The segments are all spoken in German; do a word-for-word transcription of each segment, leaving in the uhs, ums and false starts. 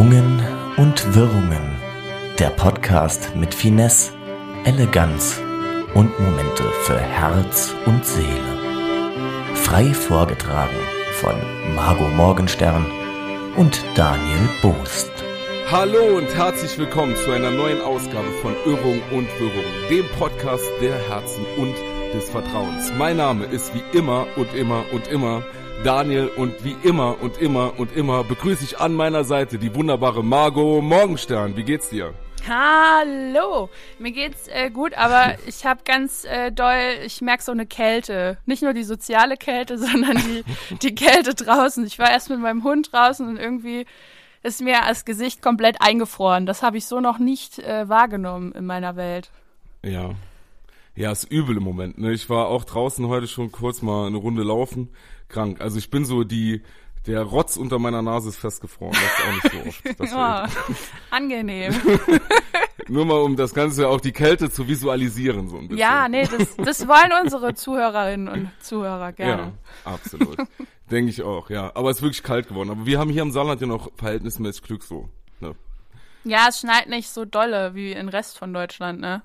Schwungen und Wirrungen. Der Podcast mit Finesse, Eleganz und Momente für Herz und Seele. Frei vorgetragen von Margot Morgenstern und Daniel Boost. Hallo und herzlich willkommen zu einer neuen Ausgabe von Irrung und Wirrung, dem Podcast der Herzen und des Vertrauens. Mein Name ist wie immer und immer und immer Daniel und wie immer und immer und immer begrüße ich an meiner Seite die wunderbare Margot Morgenstern. Wie geht's dir? Hallo, mir geht's äh, gut, aber ich habe ganz äh, doll, ich merke so eine Kälte. Nicht nur die soziale Kälte, sondern die, die Kälte draußen. Ich war erst mit meinem Hund draußen und irgendwie ist mir das Gesicht komplett eingefroren. Das habe ich so noch nicht äh, wahrgenommen in meiner Welt. Ja, ja, ist übel im Moment. Ne? Ich war auch draußen heute schon kurz mal eine Runde laufen. Krank. Also ich bin so die, der Rotz unter meiner Nase ist festgefroren. Das ist auch nicht so oft. Das oh, angenehm. Nur mal, um das Ganze auch die Kälte zu visualisieren, so ein bisschen. Ja, nee, das, das wollen unsere Zuhörerinnen und Zuhörer gerne. Ja, absolut. Denke ich auch, ja. Aber es ist wirklich kalt geworden. Aber wir haben hier im Saarland ja noch verhältnismäßig Glück so. Ne? Ja, es schneit nicht so dolle wie im Rest von Deutschland, ne?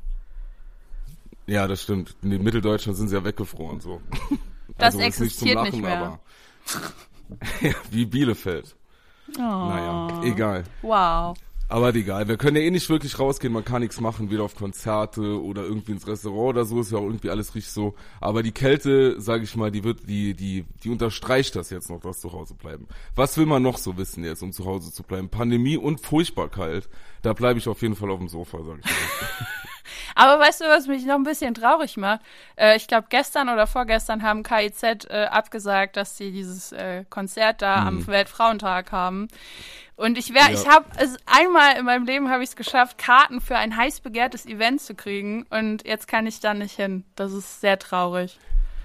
Ja, das stimmt. In Mitteldeutschland sind sie ja weggefroren, so. Das also, existiert nicht, zum Lachen, nicht mehr. Aber wie Bielefeld. Oh. Naja, egal. Wow. Aber egal, wir können ja eh nicht wirklich rausgehen, man kann nichts machen, weder auf Konzerte oder irgendwie ins Restaurant oder so, ist ja auch irgendwie alles richtig so. Aber die Kälte, sage ich mal, die wird, die, die, die unterstreicht das jetzt noch, das zu Hause bleiben. Was will man noch so wissen jetzt, um zu Hause zu bleiben? Pandemie und furchtbar kalt. Da bleibe ich auf jeden Fall auf dem Sofa, sage ich mal. Aber weißt du, was mich noch ein bisschen traurig macht? Äh, ich glaube, gestern oder vorgestern haben K I Z äh, abgesagt, dass sie dieses äh, Konzert da hm. am Weltfrauentag haben. Und ich wäre, ja. ich habe es einmal in meinem Leben habe ich es geschafft, Karten für ein heiß begehrtes Event zu kriegen. Und jetzt kann ich da nicht hin. Das ist sehr traurig.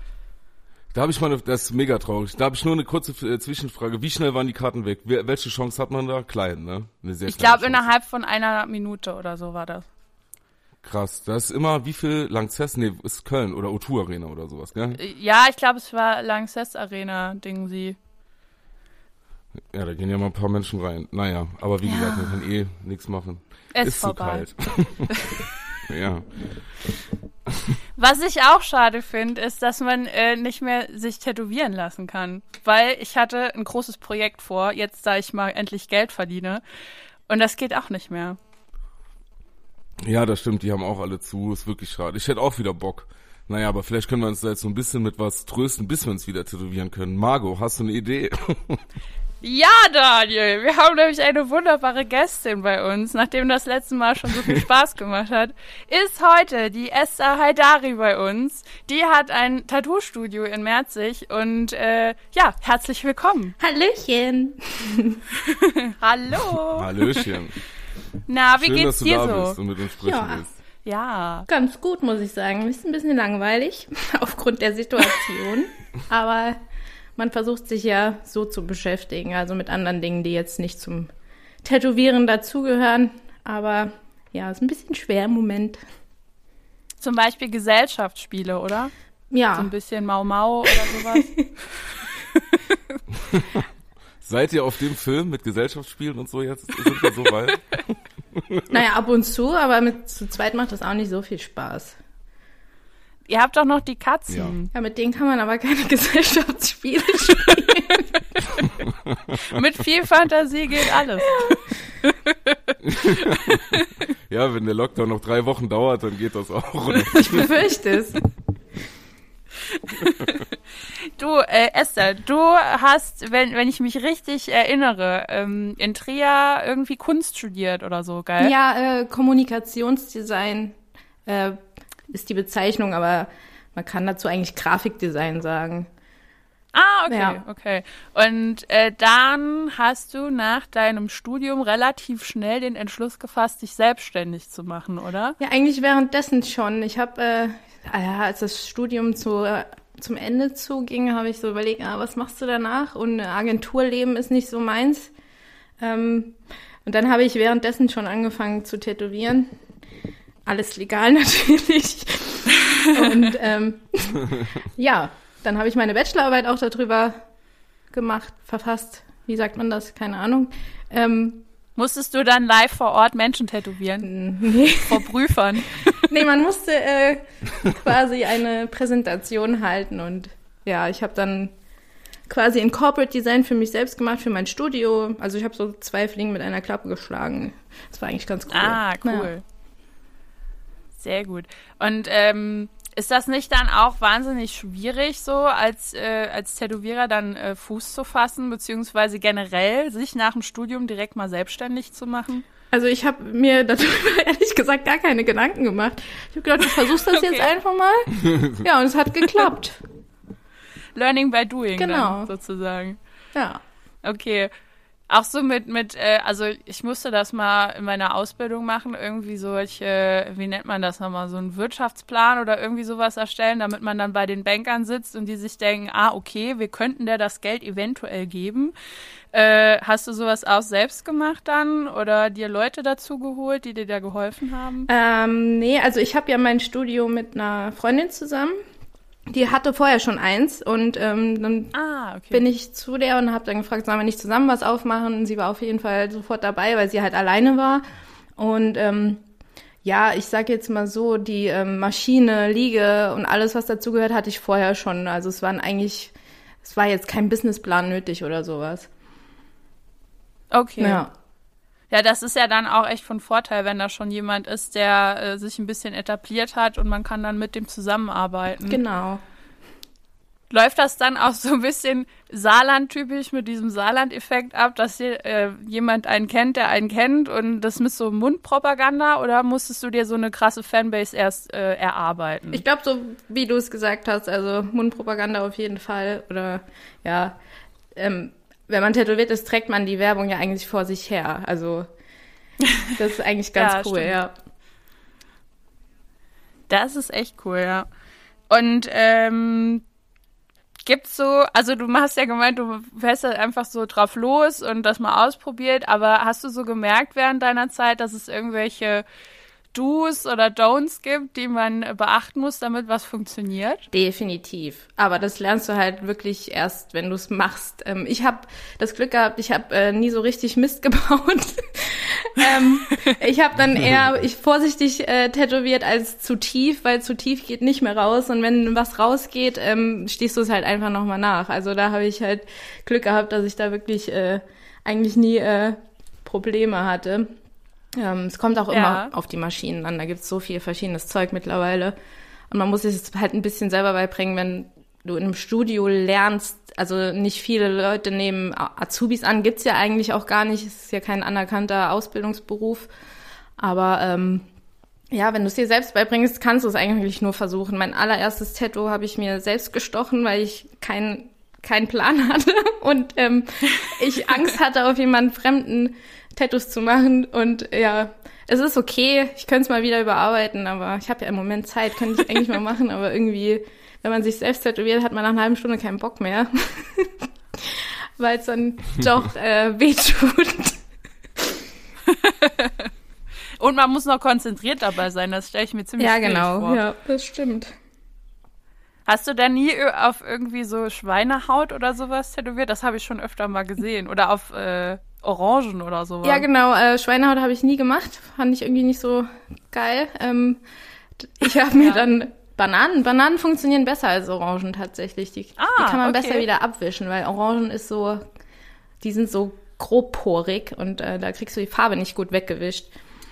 Da habe ich mal, eine, das ist mega traurig. Da habe ich nur eine kurze äh, Zwischenfrage. Wie schnell waren die Karten weg? Wer, welche Chance hat man da? Klein, ne? Eine sehr ich glaube, innerhalb von einer Minute oder so war das. Krass, das ist immer, wie viel Lanxess, nee, ist Köln oder O zwei Arena oder sowas, gell? Ja, ich glaube, es war Lanxess Arena, Ding sie. Ja, da gehen ja mal ein paar Menschen rein. Naja, aber wie ja. gesagt, man kann eh nichts machen. Es ist vorbei. zu kalt. Ja. Was ich auch schade finde, ist, dass man äh, nicht mehr sich tätowieren lassen kann. Weil ich hatte ein großes Projekt vor, jetzt da ich mal endlich Geld verdiene. Und das geht auch nicht mehr. Ja, das stimmt, die haben auch alle zu, ist wirklich schade. Ich hätte auch wieder Bock. Naja, aber vielleicht können wir uns da jetzt so ein bisschen mit was trösten, bis wir uns wieder tätowieren können. Margot, hast du eine Idee? Ja, Daniel, wir haben nämlich eine wunderbare Gästin bei uns, nachdem das letzte Mal schon so viel Spaß gemacht hat, ist heute die Esther Haidari bei uns. Die hat ein Tattoo-Studio in Merzig und äh, ja, herzlich willkommen. Hallöchen. Hallo. Hallöchen. Na, wie Schön, geht's dass du dir da so? Bist und mit uns sprechen Ja. willst. Ja. Ganz gut, muss ich sagen. Ist ein bisschen langweilig aufgrund der Situation, aber man versucht sich ja so zu beschäftigen, also mit anderen Dingen, die jetzt nicht zum Tätowieren dazugehören, aber ja, ist ein bisschen schwer im Moment. Zum Beispiel Gesellschaftsspiele, oder? Ja. So ein bisschen Mau Mau oder sowas. Seid ihr auf dem Film mit Gesellschaftsspielen und so jetzt? Sind wir so weit? Naja, ab und zu, aber mit zu zweit macht das auch nicht so viel Spaß. Ihr habt doch noch die Katzen. Ja. Ja, mit denen kann man aber keine Gesellschaftsspiele spielen. Mit viel Fantasie geht alles. Ja, wenn der Lockdown noch drei Wochen dauert, dann geht das auch. Oder? Ich befürchte es. Du, äh, Esther, du hast, wenn wenn ich mich richtig erinnere, ähm, in Trier irgendwie Kunst studiert oder so, gell? Ja, äh, Kommunikationsdesign äh, ist die Bezeichnung, aber man kann dazu eigentlich Grafikdesign sagen. Ah, okay, Ja. okay. Und äh, dann hast du nach deinem Studium relativ schnell den Entschluss gefasst, dich selbstständig zu machen, oder? Ja, eigentlich währenddessen schon. Ich habe, äh, ja, als das Studium zu, äh, zum Ende zuging, habe ich so überlegt, ah, was machst du danach? Und Agenturleben ist nicht so meins. Ähm, und dann habe ich währenddessen schon angefangen zu tätowieren. Alles legal natürlich. Und ähm, ja, dann habe ich meine Bachelorarbeit auch darüber gemacht, verfasst. Wie sagt man das? Keine Ahnung. Ähm, Musstest du dann live vor Ort Menschen tätowieren? Nee. Vor Prüfern? Nee, man musste äh, quasi eine Präsentation halten und ja, ich habe dann quasi ein Corporate Design für mich selbst gemacht, für mein Studio. Also ich habe so zwei Fliegen mit einer Klappe geschlagen. Das war eigentlich ganz cool. Ah, cool. Ja. Sehr gut. Und ähm, ist das nicht dann auch wahnsinnig schwierig, so als, äh, als Tätowierer dann äh, Fuß zu fassen, beziehungsweise generell sich nach dem Studium direkt mal selbstständig zu machen? Also ich habe mir darüber ehrlich gesagt gar keine Gedanken gemacht. Ich habe gedacht, du versuchst das okay. jetzt einfach mal. Ja, und es hat geklappt. Learning by doing, genau. Dann, sozusagen. Ja. Okay. Auch so mit, mit, äh, also ich musste das mal in meiner Ausbildung machen, irgendwie solche, äh, wie nennt man das nochmal, so einen Wirtschaftsplan oder irgendwie sowas erstellen, damit man dann bei den Bankern sitzt und die sich denken, ah, okay, wir könnten dir das Geld eventuell geben. Äh, hast du sowas auch selbst gemacht dann oder dir Leute dazu geholt, die dir da geholfen haben? Ähm, nee, also ich habe ja mein Studio mit einer Freundin zusammen. Die hatte vorher schon eins und ähm, dann ah, okay. bin ich zu der und habe dann gefragt, sollen wir nicht zusammen was aufmachen? Und sie war auf jeden Fall sofort dabei, weil sie halt alleine war. Und ähm, ja, ich sag jetzt mal so, die ähm, Maschine, Liege und alles, was dazugehört, hatte ich vorher schon. Also es waren eigentlich, es war jetzt kein Businessplan nötig oder sowas. Okay. Ja. Ja, das ist ja dann auch echt von Vorteil, wenn da schon jemand ist, der äh, sich ein bisschen etabliert hat und man kann dann mit dem zusammenarbeiten. Genau. Läuft das dann auch so ein bisschen Saarland-typisch mit diesem Saarland-Effekt ab, dass hier, äh, jemand einen kennt, der einen kennt und das mit so Mundpropaganda oder musstest du dir so eine krasse Fanbase erst äh, erarbeiten? Ich glaube, so wie du es gesagt hast, also Mundpropaganda auf jeden Fall oder ja, ähm, wenn man tätowiert ist, trägt man die Werbung ja eigentlich vor sich her. Also das ist eigentlich ganz ja, cool, stimmt. ja. Das ist echt cool, ja. Und ähm, gibt's so, also du hast ja gemeint, du wärst halt einfach so drauf los und das mal ausprobiert, aber hast du so gemerkt während deiner Zeit, dass es irgendwelche Do's oder Don'ts gibt, die man beachten muss, damit was funktioniert? Definitiv. Aber das lernst du halt wirklich erst, wenn du es machst. Ähm, ich habe das Glück gehabt, ich habe äh, nie so richtig Mist gebaut. ähm, ich habe dann eher ich vorsichtig äh, tätowiert als zu tief, weil zu tief geht nicht mehr raus. Und wenn was rausgeht, ähm, stehst du es halt einfach nochmal nach. Also da habe ich halt Glück gehabt, dass ich da wirklich äh, eigentlich nie äh, Probleme hatte. Ähm, es kommt auch immer ja. auf die Maschinen an. Da gibt's so viel verschiedenes Zeug mittlerweile. Und man muss sich es halt ein bisschen selber beibringen, wenn du in einem Studio lernst. Also nicht viele Leute nehmen Azubis an. Gibt's ja eigentlich auch gar nicht. Es ist ja kein anerkannter Ausbildungsberuf. Aber ähm, ja, wenn du es dir selbst beibringst, kannst du es eigentlich nur versuchen. Mein allererstes Tattoo habe ich mir selbst gestochen, weil ich keinen keinen Plan hatte und ähm, ich Angst hatte, auf jemanden Fremden Tattoos zu machen. Und ja, es ist okay, ich könnte es mal wieder überarbeiten, aber ich habe ja im Moment Zeit, könnte ich eigentlich mal machen, aber irgendwie, wenn man sich selbst tätowiert, hat man nach einer halben Stunde keinen Bock mehr, weil es dann doch äh, wehtut. Und man muss noch konzentriert dabei sein, das stelle ich mir ziemlich ja, schwierig genau. vor. Ja, das stimmt. Hast du da nie auf irgendwie so Schweinehaut oder sowas tätowiert? Das habe ich schon öfter mal gesehen. Oder auf äh, Orangen oder sowas. Ja, genau. Äh, Schweinehaut habe ich nie gemacht. Fand ich irgendwie nicht so geil. Ähm, ich habe mir ja. dann Bananen. Bananen funktionieren besser als Orangen tatsächlich. Die, ah, die kann man okay. besser wieder abwischen, weil Orangen ist so, die sind so grobporig und äh, da kriegst du die Farbe nicht gut weggewischt.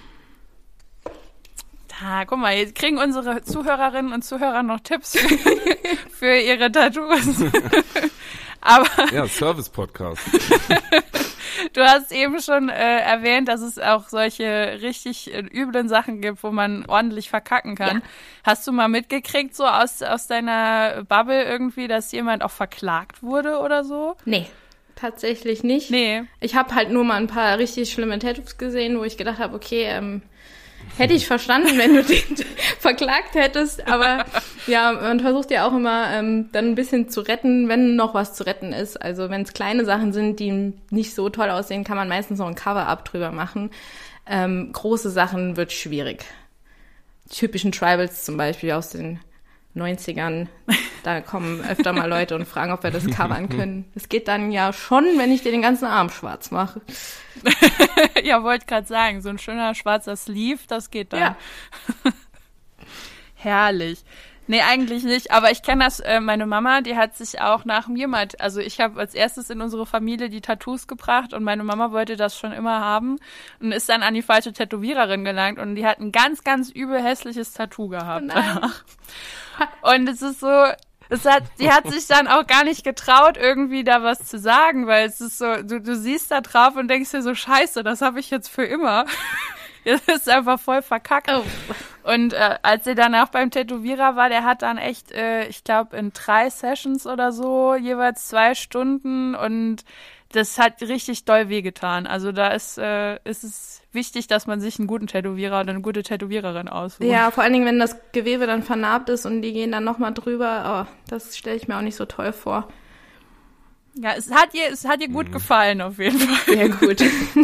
Ah, guck mal, jetzt kriegen unsere Zuhörerinnen und Zuhörer noch Tipps für, für ihre Tattoos. Aber ja, Service-Podcast. Du hast eben schon äh, erwähnt, dass es auch solche richtig äh, üblen Sachen gibt, wo man ordentlich verkacken kann. Ja. Hast du mal mitgekriegt, so aus, aus deiner Bubble irgendwie, dass jemand auch verklagt wurde oder so? Nee, tatsächlich nicht. Nee. Ich habe halt nur mal ein paar richtig schlimme Tattoos gesehen, wo ich gedacht habe, okay, ähm, hätte ich verstanden, wenn du den verklagt hättest, aber ja, man versucht ja auch immer ähm, dann ein bisschen zu retten, wenn noch was zu retten ist. Also wenn es kleine Sachen sind, die nicht so toll aussehen, kann man meistens noch ein Cover-Up drüber machen. Ähm, große Sachen wird schwierig. Typischen Tribals zum Beispiel aus den neunzigern. Da kommen öfter mal Leute und fragen, ob wir das covern können. Es geht dann ja schon, wenn ich dir den ganzen Arm schwarz mache. Ja, wollte gerade sagen, so ein schöner schwarzer Sleeve, das geht dann. Ja. Herrlich. Nee, eigentlich nicht, aber ich kenne das, äh, meine Mama, die hat sich auch nach mir mal, also ich habe als erstes in unsere Familie die Tattoos gebracht und meine Mama wollte das schon immer haben und ist dann an die falsche Tätowiererin gelangt und die hat ein ganz, ganz übel hässliches Tattoo gehabt. Nein. Und es ist so, es hat, die hat sich dann auch gar nicht getraut, irgendwie da was zu sagen, weil es ist so, du, du siehst da drauf und denkst dir so, scheiße, das habe ich jetzt für immer. Das ist einfach voll verkackt. Oh. Und äh, als sie danach beim Tätowierer war, der hat dann echt, äh, ich glaube, in drei Sessions oder so, jeweils zwei Stunden und das hat richtig doll wehgetan. Also da ist, äh, ist es wichtig, dass man sich einen guten Tätowierer oder eine gute Tätowiererin aussucht. Ja, vor allen Dingen, wenn das Gewebe dann vernarbt ist und die gehen dann nochmal drüber. Oh, das stelle ich mir auch nicht so toll vor. Ja, es hat ihr, es hat ihr gut gefallen auf jeden Fall. Sehr gut.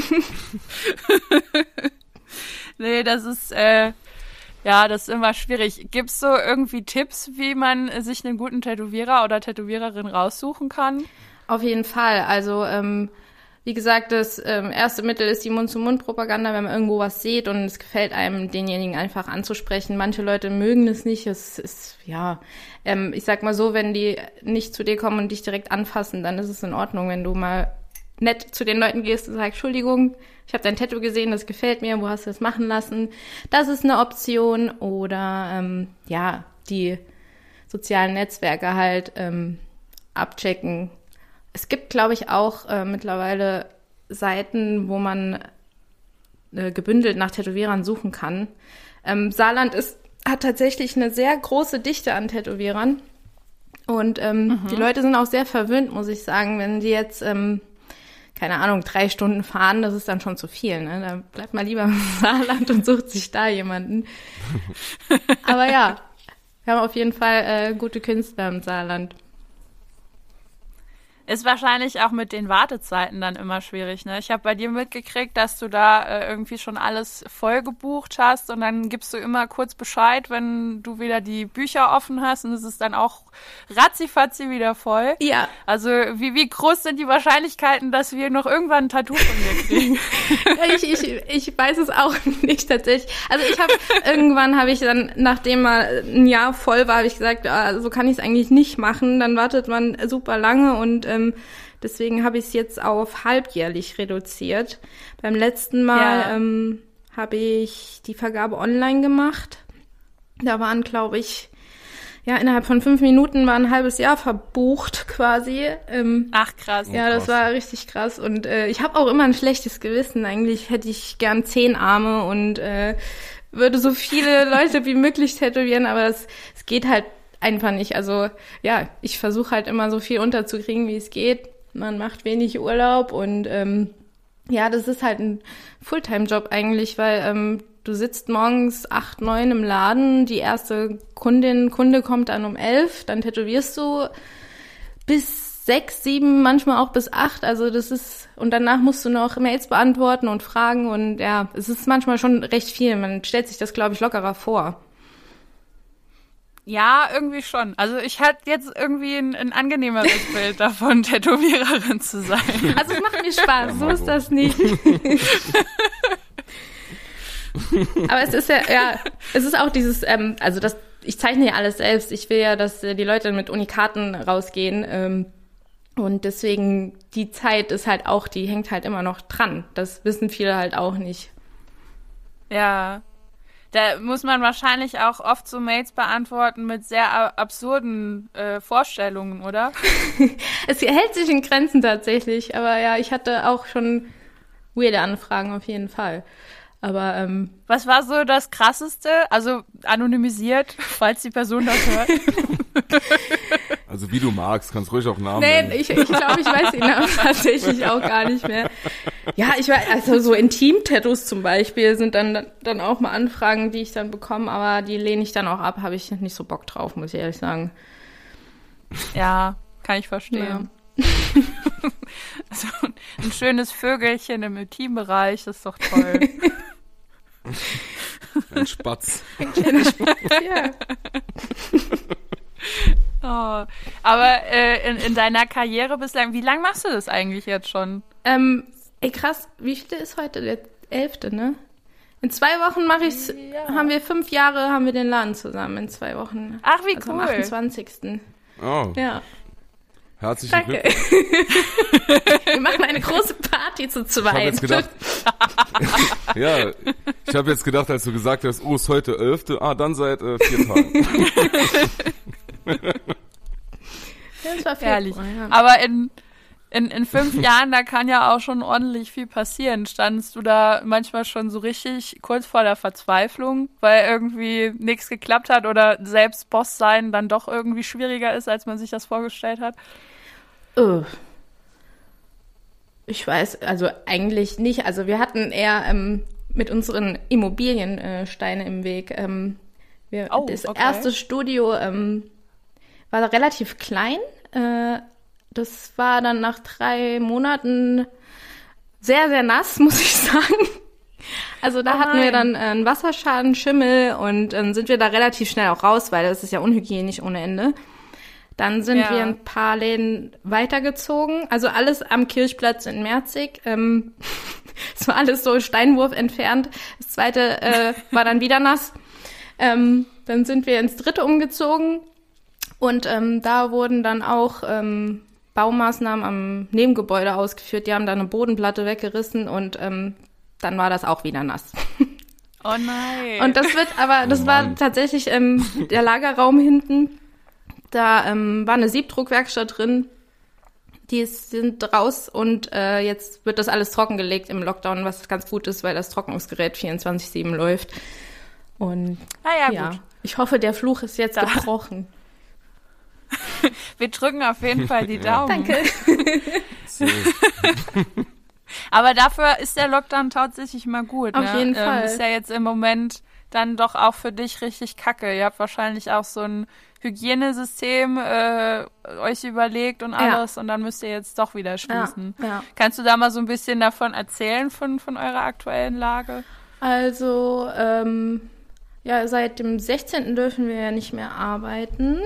Nee, das ist, äh, ja, das ist immer schwierig. Gibt's so irgendwie Tipps, wie man sich einen guten Tätowierer oder Tätowiererin raussuchen kann? Auf jeden Fall. Also, ähm, wie gesagt, das ähm, erste Mittel ist die Mund-zu-Mund-Propaganda, wenn man irgendwo was sieht und es gefällt einem, denjenigen einfach anzusprechen. Manche Leute mögen es nicht. Es ist, ja, ähm, ich sag mal so, wenn die nicht zu dir kommen und dich direkt anfassen, dann ist es in Ordnung, wenn du mal nett zu den Leuten gehst und sagst, Entschuldigung, ich habe dein Tattoo gesehen, das gefällt mir, wo hast du das machen lassen? Das ist eine Option. Oder ähm, ja, die sozialen Netzwerke halt ähm, abchecken. Es gibt, glaube ich, auch äh, mittlerweile Seiten, wo man äh, gebündelt nach Tätowierern suchen kann. Ähm, Saarland ist, hat tatsächlich eine sehr große Dichte an Tätowierern. Und ähm, mhm. die Leute sind auch sehr verwöhnt, muss ich sagen, wenn die jetzt ähm, keine Ahnung, drei Stunden fahren, das ist dann schon zu viel, ne? Da bleibt man lieber im Saarland und sucht sich da jemanden. Aber ja, wir haben auf jeden Fall äh, gute Künstler im Saarland. Ist wahrscheinlich auch mit den Wartezeiten dann immer schwierig, ne? Ich habe bei dir mitgekriegt, dass du da äh, irgendwie schon alles voll gebucht hast und dann gibst du immer kurz Bescheid, wenn du wieder die Bücher offen hast und es ist dann auch ratzifatzi wieder voll. Ja. Also wie, wie groß sind die Wahrscheinlichkeiten, dass wir noch irgendwann ein Tattoo von dir kriegen? ich, ich, ich weiß es auch nicht tatsächlich. Also ich habe, irgendwann habe ich dann, nachdem mal ein Jahr voll war, habe ich gesagt, ah, so kann ich es eigentlich nicht machen. Dann wartet man super lange und ähm, deswegen habe ich es jetzt auf halbjährlich reduziert. Beim letzten Mal ja. ähm, habe ich die Vergabe online gemacht. Da waren, glaube ich, ja, innerhalb von fünf Minuten war ein halbes Jahr verbucht quasi. Ähm, Ach, krass. Ja, das war richtig krass. Und äh, ich habe auch immer ein schlechtes Gewissen. Eigentlich hätte ich gern zehn Arme und äh, würde so viele Leute wie möglich tätowieren, aber es geht halt einfach nicht. Also ja, ich versuche halt immer so viel unterzukriegen, wie es geht. Man macht wenig Urlaub und ähm, ja, das ist halt ein Fulltime-Job eigentlich, weil ähm, du sitzt morgens acht, neun im Laden, die erste Kundin, Kunde kommt dann um elf, dann tätowierst du bis sechs, sieben, manchmal auch bis acht, also das ist, und danach musst du noch Mails beantworten und fragen und ja, es ist manchmal schon recht viel, man stellt sich das, glaube ich, lockerer vor. Ja, irgendwie schon. Also ich hatte jetzt irgendwie ein, ein angenehmeres Bild davon, Tätowiererin zu sein. Also es macht mir Spaß, so ist das nicht. Aber es ist ja, ja, es ist auch dieses, ähm, also das, ich zeichne ja alles selbst. Ich will ja, dass äh, die Leute mit Unikarten rausgehen. Ähm, und deswegen, die Zeit ist halt auch, die hängt halt immer noch dran. Das wissen viele halt auch nicht. Ja. Da muss man wahrscheinlich auch oft so Mails beantworten mit sehr absurden äh, Vorstellungen, oder? Es hält sich in Grenzen tatsächlich. Aber ja, ich hatte auch schon weirde Anfragen auf jeden Fall. Aber ähm, was war so das Krasseste? Also anonymisiert, falls die Person das hört. Also wie du magst, kannst ruhig auch Namen nee, nennen. ich ich glaube, ich weiß den Namen tatsächlich auch gar nicht mehr. Ja, ich weiß, also so Intim-Tattoos zum Beispiel sind dann dann auch mal Anfragen, die ich dann bekomme, aber die lehne ich dann auch ab, habe ich nicht so Bock drauf, muss ich ehrlich sagen. Ja, kann ich verstehen. Ja. Also ein schönes Vögelchen im Intimbereich, das ist doch toll. Ein Spatz. Ein kleiner Spatz, ja. Oh, aber äh, in, in deiner Karriere bislang, wie lange machst du das eigentlich jetzt schon? Ähm, ey krass, wie viel ist heute? Der elfte, ne? In zwei Wochen mache ich's, ja. haben wir fünf Jahre, haben wir den Laden zusammen in zwei Wochen. Ach, wie also cool. Am achtundzwanzigsten Oh. Ja. Herzlichen Danke. Glückwunsch. Wir machen eine große Party zu zweit. Ich habe jetzt gedacht, ja, ich habe jetzt gedacht, als du gesagt hast, oh, ist heute elfte, ah, dann seit äh, vier Tagen. Das war Herrlich. Februar, ja. Aber in, in, in fünf Jahren, da kann ja auch schon ordentlich viel passieren. Standst du da manchmal schon so richtig kurz vor der Verzweiflung, weil irgendwie nichts geklappt hat oder selbst Boss sein dann doch irgendwie schwieriger ist, als man sich das vorgestellt hat? Oh. Ich weiß, also eigentlich nicht. Also wir hatten eher ähm, mit unseren Immobilien äh, Steine im Weg. Ähm, wir, Oh, das okay. erste Studio ähm, war relativ klein. Äh, das war dann nach drei Monaten sehr, sehr nass, muss ich sagen. Also da Oh hatten wir nein. dann äh, einen Wasserschaden, Schimmel und dann sind wir da relativ schnell auch raus, weil das ist ja unhygienisch ohne Ende. Dann sind Ja. wir ein paar Läden weitergezogen, also alles am Kirchplatz in Merzig. Ähm, es war alles so Steinwurf entfernt. Das zweite äh, war dann wieder nass. Ähm, dann sind wir ins dritte umgezogen und ähm, da wurden dann auch ähm, Baumaßnahmen am Nebengebäude ausgeführt. Die haben da eine Bodenplatte weggerissen und ähm, dann war das auch wieder nass. Oh nein. Und das wird aber, das Oh war Mann. tatsächlich ähm, der Lagerraum hinten. Da ähm, war eine Siebdruckwerkstatt drin. Die ist, sind raus und äh, jetzt wird das alles trockengelegt im Lockdown, was ganz gut ist, weil das Trocknungsgerät vierundzwanzig sieben läuft. Und ah ja, ja, gut. ich hoffe, der Fluch ist jetzt Da- gebrochen. Wir drücken auf jeden Fall die Daumen. Danke. So. Aber dafür ist der Lockdown tatsächlich mal gut. Auf ne? jeden ähm, Fall. Ist ja jetzt im Moment dann doch auch für dich richtig kacke. Ihr habt wahrscheinlich auch so ein Hygienesystem äh, euch überlegt und alles und dann müsst ihr jetzt doch wieder schließen. Ja, ja. Kannst du da mal so ein bisschen davon erzählen, von, von eurer aktuellen Lage? Also, ähm, ja, seit dem sechzehnten dürfen wir ja nicht mehr arbeiten.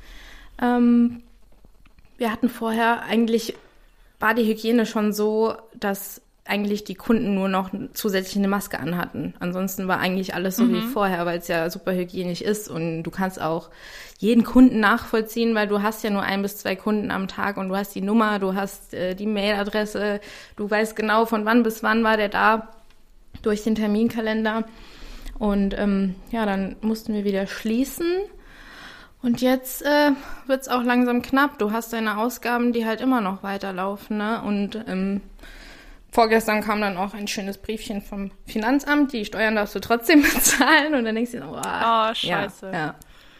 Ähm, wir hatten vorher eigentlich, war die Hygiene schon so, dass eigentlich die Kunden nur noch zusätzlich eine Maske anhatten. Ansonsten war eigentlich alles so wie vorher, weil es ja super hygienisch ist und du kannst auch jeden Kunden nachvollziehen, weil du hast ja nur ein bis zwei Kunden am Tag und du hast die Nummer, du hast äh, die Mailadresse, du weißt genau, von wann bis wann war der da durch den Terminkalender. Und ähm, ja, dann mussten wir wieder schließen. Und jetzt äh, wird's auch langsam knapp. Du hast deine Ausgaben, die halt immer noch weiterlaufen, ne? Und ähm, vorgestern kam dann auch ein schönes Briefchen vom Finanzamt. Die Steuern darfst du trotzdem bezahlen. Und dann denkst du dir, oh, Oh, scheiße. Ja, ja.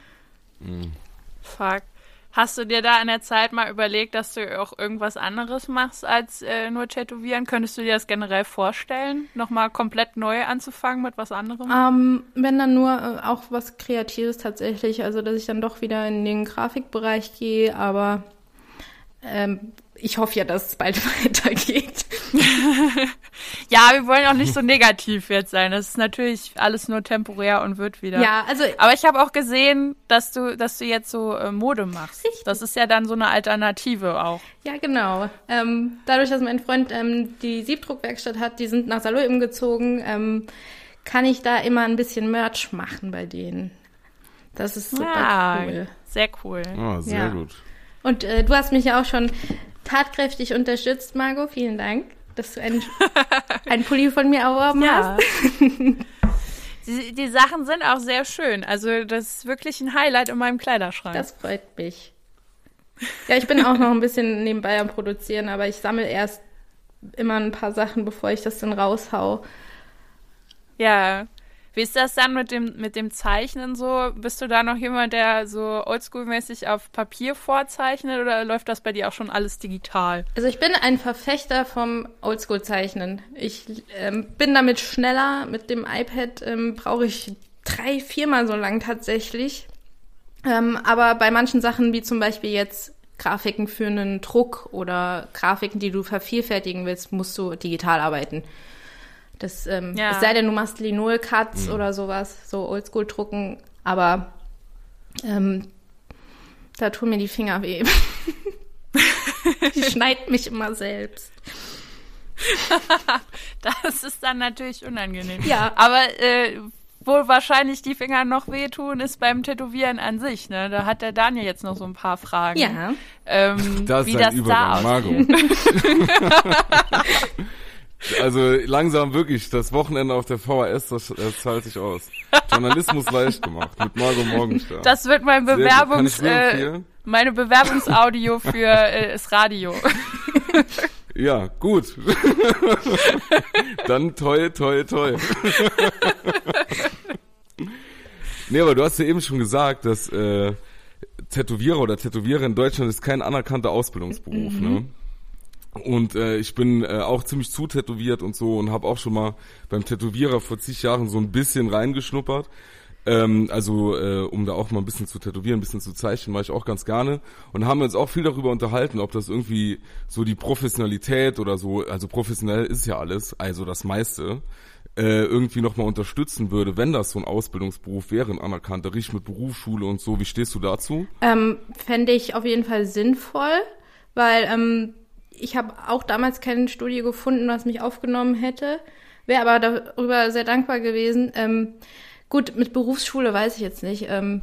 Fuck. Hast du dir da in der Zeit mal überlegt, dass du auch irgendwas anderes machst als äh, nur Tätowieren? Könntest du dir das generell vorstellen, nochmal komplett neu anzufangen mit was anderem? Ähm, wenn dann nur äh, auch was Kreatives tatsächlich, also dass ich dann doch wieder in den Grafikbereich gehe, aber ähm, ich hoffe ja, dass es bald weitergeht. Ja, wir wollen auch nicht so negativ jetzt sein. Das ist natürlich alles nur temporär und wird wieder. Ja, also Aber ich habe auch gesehen, dass du, dass du jetzt so äh, Mode machst. Richtig. Das ist ja dann so eine Alternative auch. ja, genau. Ähm, dadurch, dass mein Freund ähm, die Siebdruckwerkstatt hat, die sind nach Saarlouis gezogen, ähm, kann ich da immer ein bisschen Merch machen bei denen. Das ist super Ja, cool. sehr cool. Ah, sehr Ja. gut. Und äh, du hast mich ja auch schon tatkräftig unterstützt, Margot. Vielen Dank, dass du einen, einen Pulli von mir erworben Ja. hast. Die, die Sachen sind auch sehr schön. Also das ist wirklich ein Highlight in meinem Kleiderschrank. Das freut mich. Ja, ich bin auch noch ein bisschen nebenbei am Produzieren, aber ich sammle erst immer ein paar Sachen, bevor ich das dann raushau. Ja. Wie ist das dann mit dem, mit dem Zeichnen so? Bist du da noch jemand, der so oldschool-mäßig auf Papier vorzeichnet oder läuft das bei dir auch schon alles digital? Also ich bin ein Verfechter vom Oldschool-Zeichnen. Ich ähm, bin damit schneller. Mit dem iPad ähm, brauche ich drei, viermal so lang tatsächlich. Ähm, aber bei manchen Sachen, wie zum Beispiel jetzt Grafiken für einen Druck oder Grafiken, die du vervielfältigen willst, musst du digital arbeiten. Das, ähm, Ja. es sei denn, du machst Linol-Cuts oder sowas, so Oldschool-Drucken. Aber ähm, Da tun mir die Finger weh. Die schneidet mich immer selbst. Das ist dann natürlich unangenehm. Ja. Aber äh, wo wahrscheinlich die Finger noch wehtun, ist beim Tätowieren an sich. Ne? Da hat der Daniel jetzt noch so ein paar Fragen. Ja. Ähm, Das wie ist das ein Übergang, da Margot. Also langsam wirklich, das Wochenende auf der V H S, das, das zahlt sich aus. Journalismus leicht gemacht, mit Margot Morgenstern. Das wird mein Sehr gut. Kann ich Bewerbungs, nur äh, empfehlen? meine Bewerbungsaudio für äh, das Radio. Ja, gut. Dann toi, toi, toi. Nee, aber du hast ja eben schon gesagt, dass äh, Tätowierer oder Tätowierer in Deutschland ist kein anerkannter Ausbildungsberuf, mhm. ne? Und äh, ich bin äh, auch ziemlich zutätowiert und so und habe auch schon mal beim Tätowierer vor zig Jahren so ein bisschen reingeschnuppert. Ähm, also äh, um da auch mal ein bisschen zu tätowieren, ein bisschen zu zeichnen, mache ich auch ganz gerne. Und haben uns auch viel darüber unterhalten, ob das irgendwie so die Professionalität oder so, also professionell ist ja alles, also das meiste, äh, irgendwie nochmal unterstützen würde, wenn das so ein Ausbildungsberuf wäre, ein anerkannter, richtig mit Berufsschule und so. Wie stehst du dazu? Ähm, fände ich auf jeden Fall sinnvoll, weil ähm, ich habe auch damals kein Studio gefunden, was mich aufgenommen hätte, wäre aber darüber sehr dankbar gewesen. Ähm, gut, mit Berufsschule weiß ich jetzt nicht, ähm,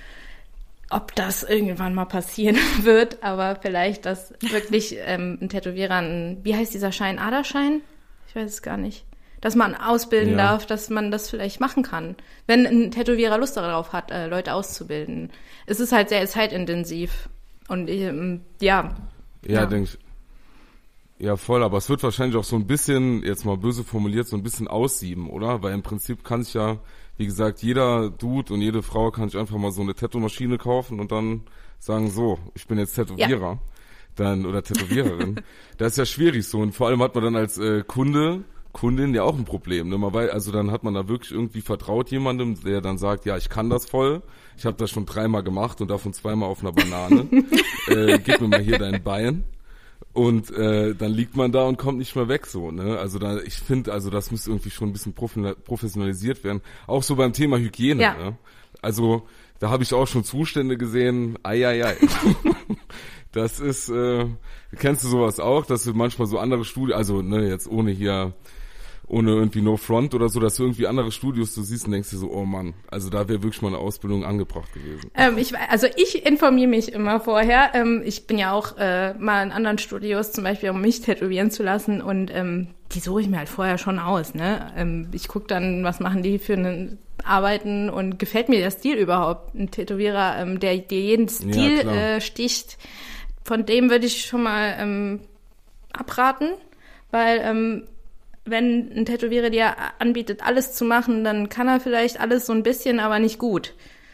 ob das irgendwann mal passieren wird, aber vielleicht, dass wirklich ähm, ein Tätowierer, ein, wie heißt dieser Schein, Aderschein? Ich weiß es gar nicht. Dass man ausbilden ja. darf, dass man das vielleicht machen kann, wenn ein Tätowierer Lust darauf hat, äh, Leute auszubilden. Es ist halt sehr zeitintensiv und ähm, ja. Ja, ja. denke ich. Ja, voll, aber es wird wahrscheinlich auch so ein bisschen, jetzt mal böse formuliert, so ein bisschen aussieben, oder? Weil im Prinzip kann sich ja, wie gesagt, jeder Dude und jede Frau kann sich einfach mal so eine Tattoo-Maschine kaufen und dann sagen, so, ich bin jetzt Tätowierer, ja. dann oder Tätowiererin. Das ist ja schwierig so und vor allem hat man dann als äh, Kunde, Kundin ja auch ein Problem. Ne? Man weiß, also dann hat man da wirklich irgendwie vertraut jemandem, der dann sagt, ja, ich kann das voll, ich habe das schon dreimal gemacht und davon zweimal auf einer Banane. äh, gib mir mal hier dein Bein. Und äh, dann liegt man da und kommt nicht mehr weg so, ne? Also da, ich finde, also das müsste irgendwie schon ein bisschen professionalisiert werden. Auch so beim Thema Hygiene, ja. ne? Also da habe ich auch schon Zustände gesehen, ei, ei, ei. Das ist, äh, kennst du sowas auch, dass du manchmal so andere Studien, also ne, jetzt ohne hier, ohne irgendwie No Front oder so, dass du irgendwie andere Studios du siehst und denkst dir so, oh Mann, also da wäre wirklich mal eine Ausbildung angebracht gewesen. Ähm, ich, also ich informiere mich immer vorher. Ähm, ich bin ja auch äh, mal in anderen Studios, zum Beispiel um mich tätowieren zu lassen und ähm, die suche ich mir halt vorher schon aus. Ne? Ähm, ich gucke dann, was machen die für eine Arbeiten und gefällt mir der Stil überhaupt? Ein Tätowierer, ähm, der dir jeden Stil ja, äh, sticht, von dem würde ich schon mal ähm, abraten, weil ähm, wenn ein Tätowierer dir anbietet, alles zu machen, dann kann er vielleicht alles so ein bisschen, aber nicht gut.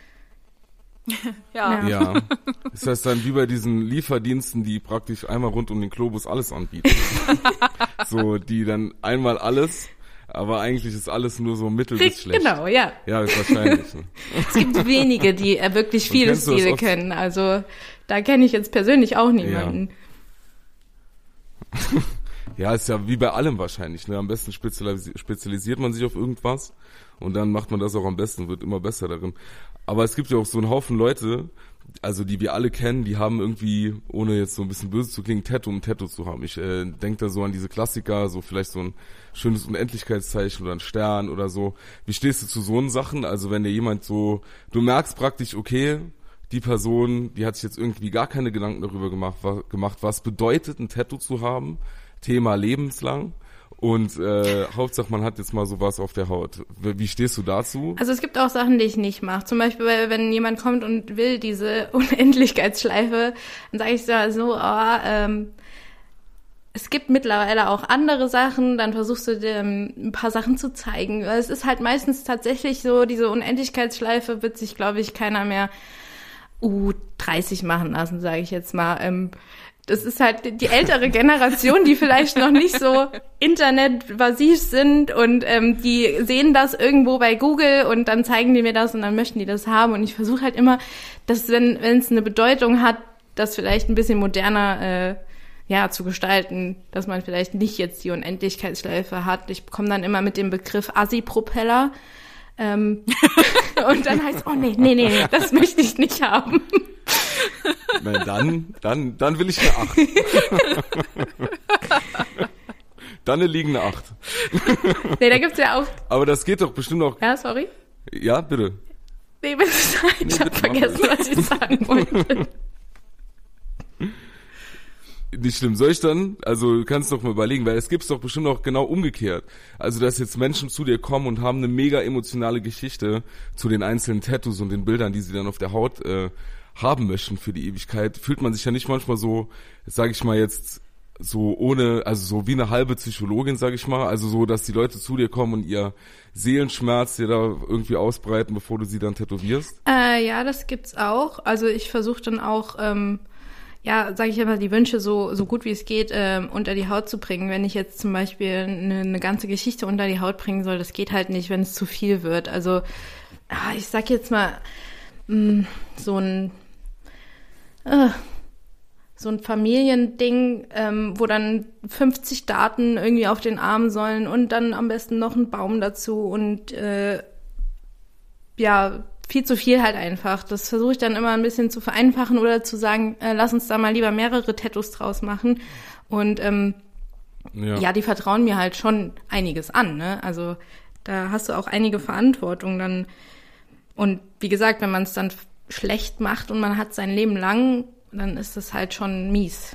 Ja. Ja. Das heißt dann wie bei diesen Lieferdiensten, die praktisch einmal rund um den Globus alles anbieten. So, die dann einmal alles, aber eigentlich ist alles nur so mittel bis schlecht. Genau, ja. Ja, ist wahrscheinlich. Ne? Es gibt wenige, die äh, wirklich viele Stile können. Also da kenne ich jetzt persönlich auch niemanden. Ja. Ja, ist ja wie bei allem wahrscheinlich. Ne? Am besten spezialis- spezialisiert man sich auf irgendwas und dann macht man das auch am besten, wird immer besser darin. Aber es gibt ja auch so einen Haufen Leute, also die wir alle kennen, die haben irgendwie, ohne jetzt so ein bisschen böse zu klingen, Tattoo, um ein Tattoo zu haben. Ich äh, denke da so an diese Klassiker, so vielleicht so ein schönes Unendlichkeitszeichen oder ein Stern oder so. Wie stehst du zu so Sachen? Also wenn dir jemand so, du merkst praktisch, okay, die Person, die hat sich jetzt irgendwie gar keine Gedanken darüber gemacht, was, gemacht, was bedeutet ein Tattoo zu haben, Thema lebenslang und äh, Hauptsache man hat jetzt mal sowas auf der Haut. Wie stehst du dazu? Also es gibt auch Sachen, die ich nicht mache. Zum Beispiel, wenn jemand kommt und will diese Unendlichkeitsschleife, dann sage ich so, so oh, ähm, es gibt mittlerweile auch andere Sachen, dann versuchst du dir ein paar Sachen zu zeigen. Es ist halt meistens tatsächlich so, diese Unendlichkeitsschleife wird sich, glaube ich, keiner mehr U dreißig machen lassen, sage ich jetzt mal. Ähm, Das ist halt die ältere Generation, die vielleicht noch nicht so internetvasiv sind und ähm, die sehen das irgendwo bei Google und dann zeigen die mir das und dann möchten die das haben. Und ich versuche halt immer, dass wenn wenn es eine Bedeutung hat, das vielleicht ein bisschen moderner äh, ja zu gestalten, dass man vielleicht nicht jetzt die Unendlichkeitsschleife hat. Ich komme dann immer mit dem Begriff Assi-Propeller ähm, und dann heißt oh nee, nee, nee, das möchte ich nicht haben. Nein, dann, dann, dann will ich eine acht. Dann eine liegende acht. Nee, da gibt's ja auch... Aber das geht doch bestimmt auch... Ja, sorry? Ja, bitte. Nee, bitte sagen. Ich Nee, hab bitte, vergessen, mach was ich sagen wollte. Nicht schlimm. Soll ich dann, also du kannst doch mal überlegen, weil es gibt's doch bestimmt auch genau umgekehrt. Also, dass jetzt Menschen zu dir kommen und haben eine mega emotionale Geschichte zu den einzelnen Tattoos und den Bildern, die sie dann auf der Haut äh, haben möchten für die Ewigkeit. Fühlt man sich ja nicht manchmal so, sage ich mal jetzt, so ohne, also so wie eine halbe Psychologin, sag ich mal, also so, dass die Leute zu dir kommen und ihr Seelenschmerz dir da irgendwie ausbreiten, bevor du sie dann tätowierst? Äh, ja, das gibt's auch. Also ich versuche dann auch, ähm, ja, sage ich immer, die Wünsche so so gut wie es geht ähm, unter die Haut zu bringen. Wenn ich jetzt zum Beispiel eine, eine ganze Geschichte unter die Haut bringen soll, das geht halt nicht, wenn es zu viel wird. Also ah, ich sag jetzt mal mh, so ein äh, so ein Familiending, ähm, wo dann fünfzig Daten irgendwie auf den Arm sollen und dann am besten noch ein Baum dazu und äh, ja, viel zu viel halt einfach. Das versuche ich dann immer ein bisschen zu vereinfachen oder zu sagen, äh, lass uns da mal lieber mehrere Tattoos draus machen. Und ähm, ja. ja, die vertrauen mir halt schon einiges an, ne? Also da hast du auch einige Verantwortung dann. Und wie gesagt, wenn man es dann schlecht macht und man hat sein Leben lang, dann ist das halt schon mies.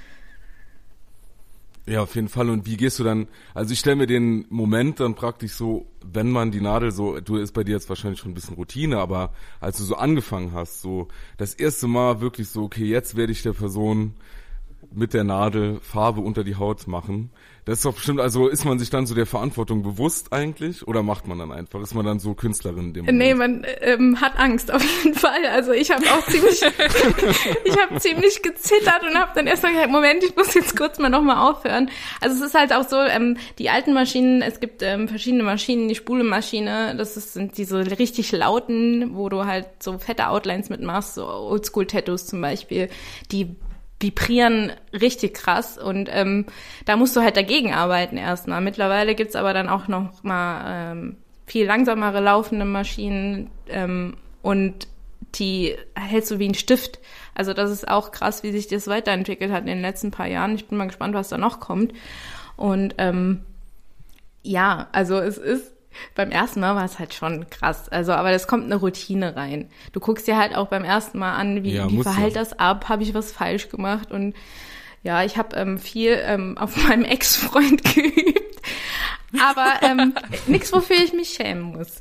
Ja, auf jeden Fall. Und wie gehst du dann, also ich stelle mir den Moment dann praktisch so, wenn man die Nadel so, du ist bei dir jetzt wahrscheinlich schon ein bisschen Routine, aber als du so angefangen hast, so das erste Mal wirklich so, okay, jetzt werde ich der Person mit der Nadel Farbe unter die Haut machen. Das ist doch bestimmt, also ist man sich dann so der Verantwortung bewusst eigentlich oder macht man dann einfach? Ist man dann so Künstlerin in dem Moment? Nee, man ähm, hat Angst auf jeden Fall. Also ich habe auch ziemlich, ich habe ziemlich gezittert und habe dann erst mal gesagt, Moment, ich muss jetzt kurz mal nochmal aufhören. Also es ist halt auch so, ähm, die alten Maschinen, es gibt ähm, verschiedene Maschinen, die Spulemaschine, das ist, sind diese richtig lauten, wo du halt so fette Outlines mitmachst, so Oldschool-Tattoos zum Beispiel, die vibrieren richtig krass und ähm, da musst du halt dagegen arbeiten erstmal. Mittlerweile gibt's aber dann auch noch mal ähm, viel langsamere laufende Maschinen ähm, und die hältst du wie ein Stift. Also das ist auch krass, wie sich das weiterentwickelt hat in den letzten paar Jahren. Ich bin mal gespannt, was da noch kommt. Und ähm, ja, also es ist beim ersten Mal war es halt schon krass. Also, aber das kommt eine Routine rein. Du guckst dir halt auch beim ersten Mal an, wie, ja, wie verhält ja. das ab? Habe ich was falsch gemacht? Und ja, ich habe ähm, viel ähm, auf meinem Ex-Freund geübt. Aber ähm, nichts, wofür ich mich schämen muss.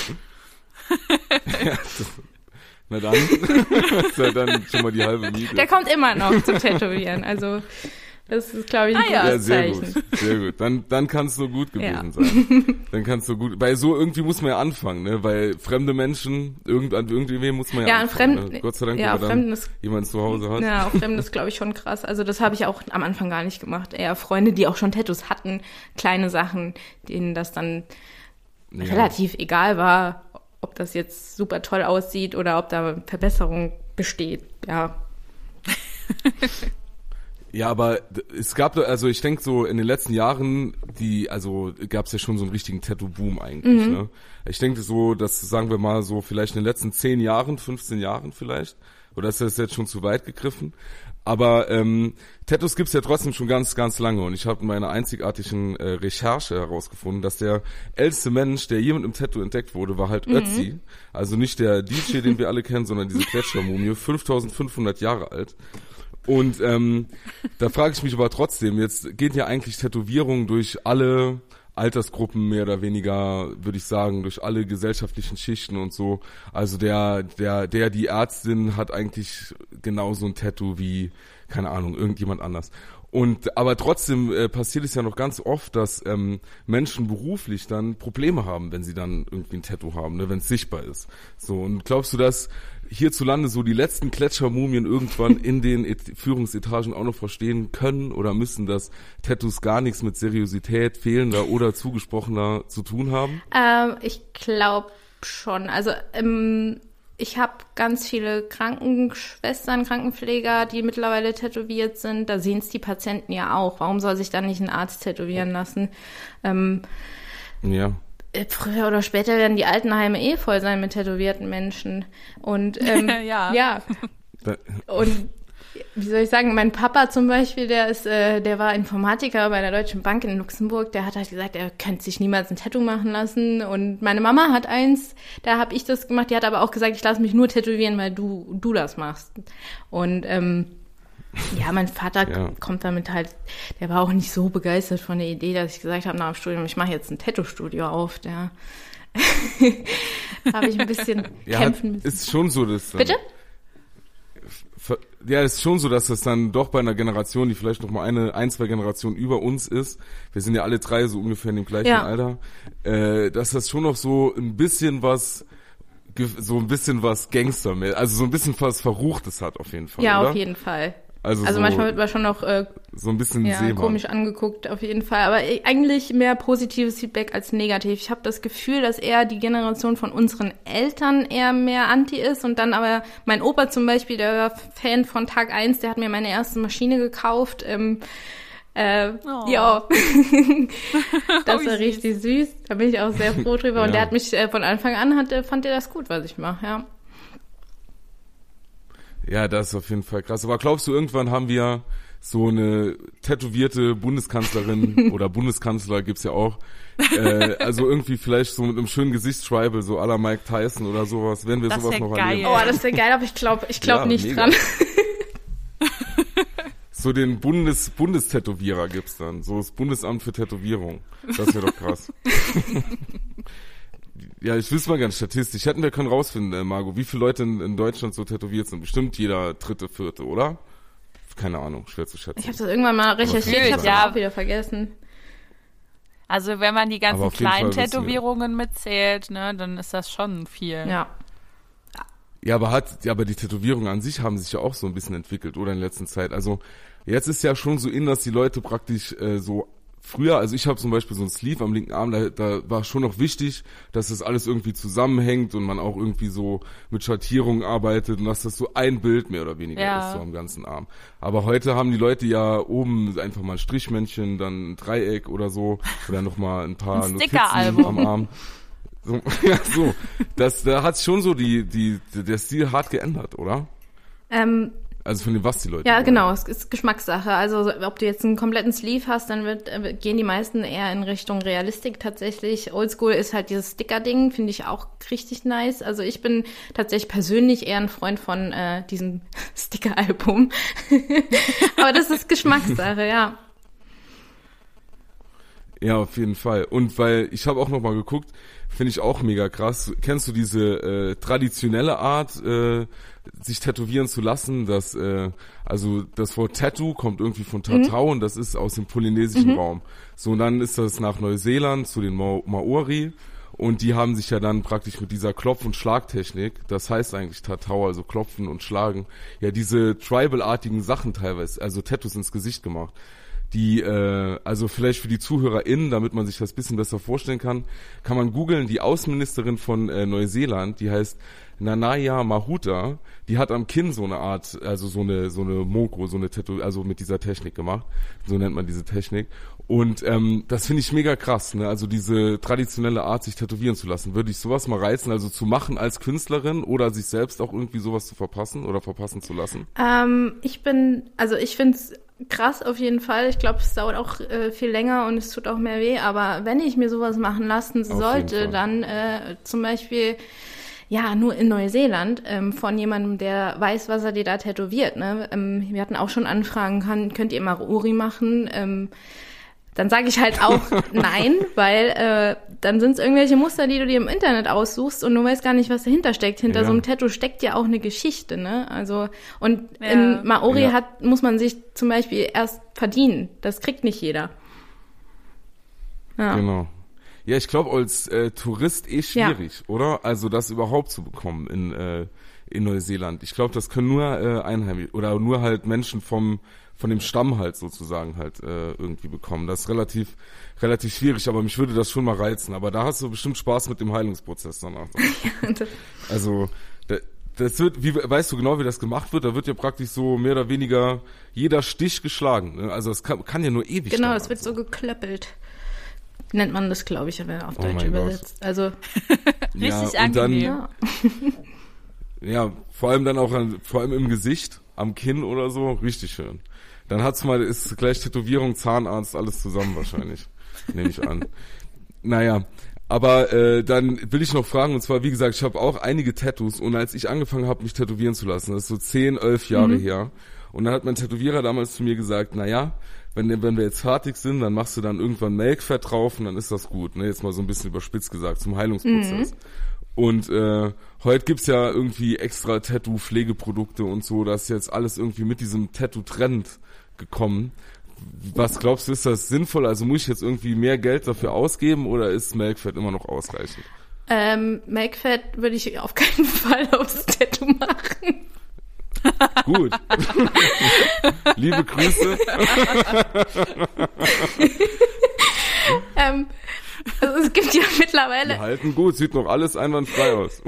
Ja, das, na dann, das ist ja dann schon mal die halbe Miete. Der kommt immer noch zum Tätowieren. Also das ist, glaube ich, ein ah, ja. gutes Ja, sehr Zeichen. gut, sehr gut. Dann, dann kann es nur gut gewesen Ja. sein. Dann kann es nur gut, weil so irgendwie muss man ja anfangen, ne? Weil fremde Menschen, irgend, an irgendwem muss man ja, Ja, an anfangen. Fremden- Ne? Gott sei Dank, ja, wenn man Fremden dann ist- jemanden zu Hause hat. Ja, auf Fremden ist, glaube ich, schon krass. Also das habe ich auch am Anfang gar nicht gemacht. Eher Freunde, die auch schon Tattoos hatten, kleine Sachen, denen das dann Ja. relativ egal war, ob das jetzt super toll aussieht oder ob da Verbesserung besteht. Ja. Ja, aber d- es gab, doch- also ich denke so in den letzten Jahren, die, also gab es ja schon so einen richtigen Tattoo-Boom eigentlich. Mhm. Ne? Ich denke so, dass sagen wir mal so vielleicht in den letzten zehn Jahren, fünfzehn Jahren vielleicht, oder ist das jetzt schon zu weit gegriffen? Aber ähm, Tattoos gibt's ja trotzdem schon ganz, ganz lange und ich habe in meiner einzigartigen äh, Recherche herausgefunden, dass der älteste Mensch, der je mit einem Tattoo entdeckt wurde, war halt Ötzi. Also nicht der D J, den wir alle kennen, sondern diese Gletschermumie, fünftausendfünfhundert Jahre alt. Und ähm, da frage ich mich aber trotzdem, jetzt geht ja eigentlich Tätowierung durch alle Altersgruppen mehr oder weniger, würde ich sagen, durch alle gesellschaftlichen Schichten und so. Also der, der, der, die Ärztin hat eigentlich genauso ein Tattoo wie, keine Ahnung, irgendjemand anders. Und aber trotzdem äh, passiert es ja noch ganz oft, dass ähm, Menschen beruflich dann Probleme haben, wenn sie dann irgendwie ein Tattoo haben, ne, wenn es sichtbar ist. So, und glaubst du, dass hierzulande so die letzten Gletschermumien irgendwann in den Et- Führungsetagen auch noch verstehen können oder müssen, dass Tattoos gar nichts mit Seriosität, fehlender oder zugesprochener zu tun haben? Ähm, ich glaube schon. Also ähm, ich habe ganz viele Krankenschwestern, Krankenpfleger, die mittlerweile tätowiert sind. Da sehen es die Patienten ja auch. Warum soll sich dann nicht ein Arzt tätowieren lassen? Ähm, Ja. Früher oder später werden die Altenheime eh voll sein mit tätowierten Menschen. Und ähm, Ja. ja, Und wie soll ich sagen, mein Papa zum Beispiel, der ist, äh, der war Informatiker bei der Deutschen Bank in Luxemburg, der hat halt gesagt, er könnte sich niemals ein Tattoo machen lassen. Und meine Mama hat eins, da habe ich das gemacht, die hat aber auch gesagt, ich lasse mich nur tätowieren, weil du du das machst. Und ähm, ja, mein Vater ja. kommt damit halt, der war auch nicht so begeistert von der Idee, dass ich gesagt habe nach dem Studium, ich mache jetzt ein Tattoo-Studio auf. Der habe ich ein bisschen ja, kämpfen müssen. Ist schon so, dass Bitte? Ja, es ist schon so, dass das dann doch bei einer Generation, die vielleicht noch mal eine, ein, zwei Generationen über uns ist, wir sind ja alle drei so ungefähr in dem gleichen ja. Alter, äh, dass das schon noch so ein bisschen was, so ein bisschen was Gangster, also so ein bisschen was Verruchtes hat auf jeden Fall, Ja, oder? auf jeden Fall. Also, also so, manchmal wird man schon noch äh, so ein bisschen ja, Seemann. komisch angeguckt, auf jeden Fall. Aber eigentlich mehr positives Feedback als negativ. Ich habe das Gefühl, dass eher die Generation von unseren Eltern eher mehr anti ist. Und dann aber mein Opa zum Beispiel, der war Fan von Tag eins, der hat mir meine erste Maschine gekauft. Ähm, äh, oh. Ja, das war richtig süß. Da bin ich auch sehr froh drüber. Und ja. der hat mich äh, von Anfang an, hat, fand er das gut, was ich mache, ja. Ja, das ist auf jeden Fall krass. Aber glaubst du, irgendwann haben wir so eine tätowierte Bundeskanzlerin oder Bundeskanzler gibt's ja auch. Äh, also irgendwie vielleicht so mit einem schönen Gesichtstribal, so à la Mike Tyson oder sowas. Werden wir das sowas noch geil. erleben? Oh, das wäre geil, aber ich glaube ich glaub ja, nicht mega. dran. So den Bundes Bundestätowierer gibt's dann. So das Bundesamt für Tätowierung. Das wäre doch krass. Ja, ich wüsste mal ganz statistisch. Hätten wir können rausfinden, äh, Margot, wie viele Leute in, in Deutschland so tätowiert sind. Bestimmt jeder dritte, vierte, oder? Keine Ahnung, schwer zu schätzen. Ich habe das irgendwann mal recherchiert, ich habe ja. das auch wieder vergessen. Also wenn man die ganzen kleinen Fall Tätowierungen mitzählt, ne, dann ist das schon viel. Ja. Ja, aber hat, ja, aber die Tätowierungen an sich haben sich ja auch so ein bisschen entwickelt, oder in letzter Zeit. Also jetzt ist ja schon so in, dass die Leute praktisch äh, so früher, also ich habe zum Beispiel so ein Sleeve am linken Arm, da, da war schon noch wichtig, dass das alles irgendwie zusammenhängt und man auch irgendwie so mit Schattierungen arbeitet und dass das so ein Bild mehr oder weniger ja. ist, so am ganzen Arm. Aber heute haben die Leute ja oben einfach mal ein Strichmännchen, dann ein Dreieck oder so oder nochmal ein paar ein Notizen am Arm. So, ja, so. Das, da hat schon so die, die, der Stil hart geändert, oder? Ähm, Also von dem, was die Leute Ja, wollen. genau, es ist Geschmackssache. Also ob du jetzt einen kompletten Sleeve hast, dann wird, äh, gehen die meisten eher in Richtung Realistik tatsächlich. Oldschool ist halt dieses Sticker-Ding, finde ich auch richtig nice. Also ich bin tatsächlich persönlich eher ein Freund von äh, diesem Sticker-Album. Aber das ist Geschmackssache, ja. Ja, auf jeden Fall. Und weil, ich habe auch noch mal geguckt, finde ich auch mega krass. Kennst du diese äh, traditionelle Art, äh, sich tätowieren zu lassen? Das, äh, also das Wort Tattoo kommt irgendwie von Tatau mhm. und das ist aus dem polynesischen mhm. Raum. So, und dann ist das nach Neuseeland zu den Ma- Maori und die haben sich ja dann praktisch mit dieser Klopf- und Schlagtechnik, das heißt eigentlich Tatau, also klopfen und schlagen, ja diese Tribal-artigen Sachen teilweise, also Tattoos ins Gesicht gemacht. Die, äh, also vielleicht für die ZuhörerInnen, damit man sich das bisschen besser vorstellen kann, kann man googeln, die Außenministerin von äh, Neuseeland, die heißt Nanaia Mahuta, die hat am Kinn so eine Art, also so eine so eine Moko, so eine Tattoo, also mit dieser Technik gemacht, so nennt man diese Technik. Und ähm, das finde ich mega krass, ne? Also diese traditionelle Art, sich tätowieren zu lassen. Würde ich sowas mal reizen, also zu machen als Künstlerin oder sich selbst auch irgendwie sowas zu verpassen oder verpassen zu lassen? Ähm, ich bin, also ich finde es krass auf jeden Fall. Ich glaube, es dauert auch äh, viel länger und es tut auch mehr weh. Aber wenn ich mir sowas machen lassen sollte, dann äh, zum Beispiel ja nur in Neuseeland ähm, von jemandem, der weiß, was er dir da tätowiert. Ne? Ähm, wir hatten auch schon Anfragen, kann, könnt ihr Maori machen? Ähm, dann sage ich halt auch nein, weil äh, dann sind es irgendwelche Muster, die du dir im Internet aussuchst und du weißt gar nicht, was dahinter steckt. Hinter ja. so einem Tattoo steckt ja auch eine Geschichte, ne? Also und ja. in Maori ja. hat muss man sich zum Beispiel erst verdienen. Das kriegt nicht jeder. Ja. Genau. Ja, ich glaube, als äh, Tourist eh schwierig, ja. oder? Also das überhaupt zu bekommen in äh, in Neuseeland. Ich glaube, das können nur äh, Einheimische oder nur halt Menschen vom von dem Stamm halt sozusagen halt äh, irgendwie bekommen. Das ist relativ relativ schwierig, aber mich würde das schon mal reizen. Aber da hast du bestimmt Spaß mit dem Heilungsprozess danach. Also da, das wird, wie weißt du genau, wie das gemacht wird? Da wird ja praktisch so mehr oder weniger jeder Stich geschlagen. Ne? Also es kann, kann ja nur ewig Genau, dauern, es wird so. so geklöppelt. Nennt man das, glaube ich, wenn auf Oh Deutsch übersetzt. Gott. Also richtig ja, angenehm. Dann, Ja, vor allem dann auch an, vor allem im Gesicht, am Kinn oder so, richtig schön. Dann hat's mal, ist gleich Tätowierung, Zahnarzt, alles zusammen wahrscheinlich, nehme ich an. Naja, aber äh, dann will ich noch fragen, und zwar, wie gesagt, ich habe auch einige Tattoos und als ich angefangen habe, mich tätowieren zu lassen, das ist so zehn, elf Jahre mhm. her, und dann hat mein Tätowierer damals zu mir gesagt, naja, wenn, wenn wir jetzt fertig sind, dann machst du dann irgendwann Melkfett drauf und dann ist das gut, ne? Jetzt mal so ein bisschen überspitzt gesagt, zum Heilungsprozess. Mhm. Und äh, heute gibt's ja irgendwie extra Tattoo-Pflegeprodukte und so, das ist jetzt alles irgendwie mit diesem Tattoo-Trend gekommen. Was glaubst du, ist das sinnvoll? Also muss ich jetzt irgendwie mehr Geld dafür ausgeben oder ist Melkfett immer noch ausreichend? Ähm, Melkfett würde ich auf keinen Fall aufs Tattoo machen. Gut. Liebe Grüße. ähm, also es gibt ja mittlerweile... Wir halten gut, sieht noch alles einwandfrei aus.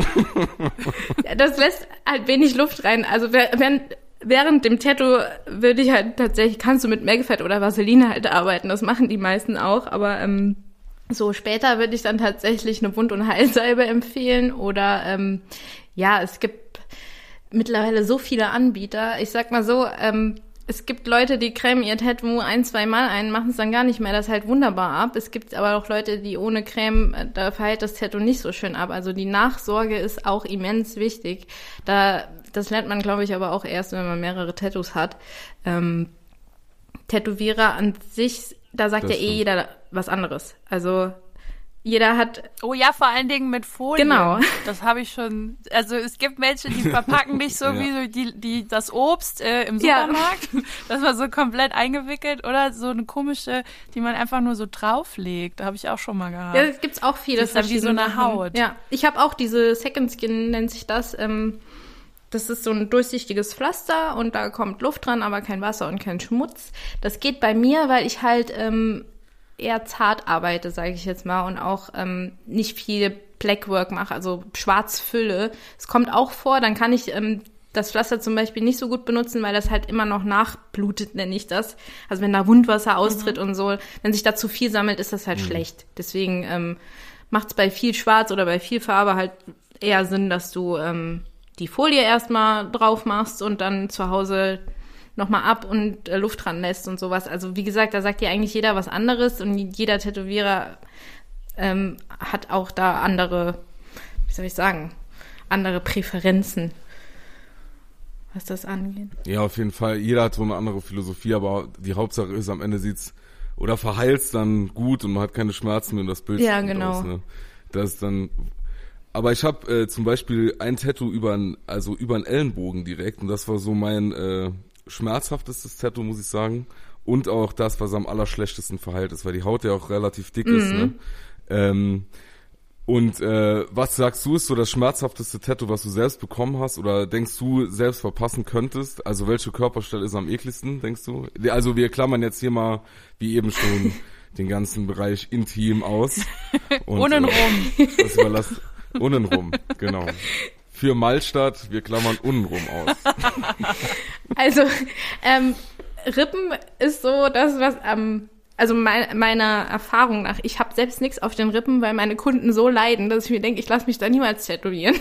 Das lässt halt wenig Luft rein. Also wenn... Während dem Tattoo würde ich halt tatsächlich, kannst du mit Melkfett oder Vaseline halt arbeiten, das machen die meisten auch, aber ähm, so später würde ich dann tatsächlich eine Wund- und Heilsalbe empfehlen oder ähm, ja, es gibt mittlerweile so viele Anbieter, ich sag mal so, ähm, es gibt Leute, die cremen ihr Tattoo ein, zwei Mal ein, machen es dann gar nicht mehr, das hält wunderbar ab. Es gibt aber auch Leute, die ohne Creme, da verhält das Tattoo nicht so schön ab. Also die Nachsorge ist auch immens wichtig. Da, das lernt man, glaube ich, aber auch erst, wenn man mehrere Tattoos hat. Ähm, Tätowierer an sich, da sagt das ja stimmt. eh jeder was anderes. Also jeder hat... Oh ja, vor allen Dingen mit Folien. Genau. Das habe ich schon... Also es gibt Menschen, die verpacken dich so ja. wie die, die das Obst äh, im Supermarkt. Ja. Das war so komplett eingewickelt. Oder so eine komische, die man einfach nur so drauflegt. Da habe ich auch schon mal gehabt. Ja, es gibt's auch viele. Das ist dann wie so eine Haut. Ja, ich habe auch diese Second Skin, nennt sich das. Ähm, das ist so ein durchsichtiges Pflaster und da kommt Luft dran, aber kein Wasser und kein Schmutz. Das geht bei mir, weil ich halt... Ähm, eher zart arbeite, sage ich jetzt mal, und auch ähm, nicht viel Blackwork mache, also Schwarzfülle. Es kommt auch vor, dann kann ich ähm, das Pflaster zum Beispiel nicht so gut benutzen, weil das halt immer noch nachblutet, nenne ich das. Also wenn da Wundwasser austritt mhm. und so, wenn sich da zu viel sammelt, ist das halt mhm. schlecht. Deswegen ähm, macht es bei viel Schwarz oder bei viel Farbe halt eher Sinn, dass du ähm, die Folie erstmal drauf machst und dann zu Hause nochmal ab und äh, Luft dran lässt und sowas. Also wie gesagt, da sagt ja eigentlich jeder was anderes und jeder Tätowierer ähm, hat auch da andere, wie soll ich sagen, andere Präferenzen, was das angeht. Ja, auf jeden Fall. Jeder hat so eine andere Philosophie, aber die Hauptsache ist, am Ende sieht's oder verheilt's dann gut und man hat keine Schmerzen mehr und das Bild ja, sieht genau. aus. Ne? Das ist dann... Aber ich habe äh, zum Beispiel ein Tattoo über also über den Ellenbogen direkt und das war so mein... Äh, schmerzhaftestes Tattoo, muss ich sagen. Und auch das, was am allerschlechtesten verheilt ist, weil die Haut ja auch relativ dick mhm. ist. Ne? Ähm, und äh, was sagst du, ist so das schmerzhafteste Tattoo, was du selbst bekommen hast? Oder denkst du, selbst verpassen könntest? Also welche Körperstelle ist am ekligsten, denkst du? Also wir klammern jetzt hier mal, wie eben schon, den ganzen Bereich intim aus. Und, Untenrum. Äh, das überlasst. Untenrum, genau. Für Malstadt, wir klammern untenrum aus. Also, ähm, Rippen ist so das, was am, ähm, also mein, meiner Erfahrung nach, ich habe selbst nichts auf den Rippen, weil meine Kunden so leiden, dass ich mir denke, ich lasse mich da niemals tätowieren.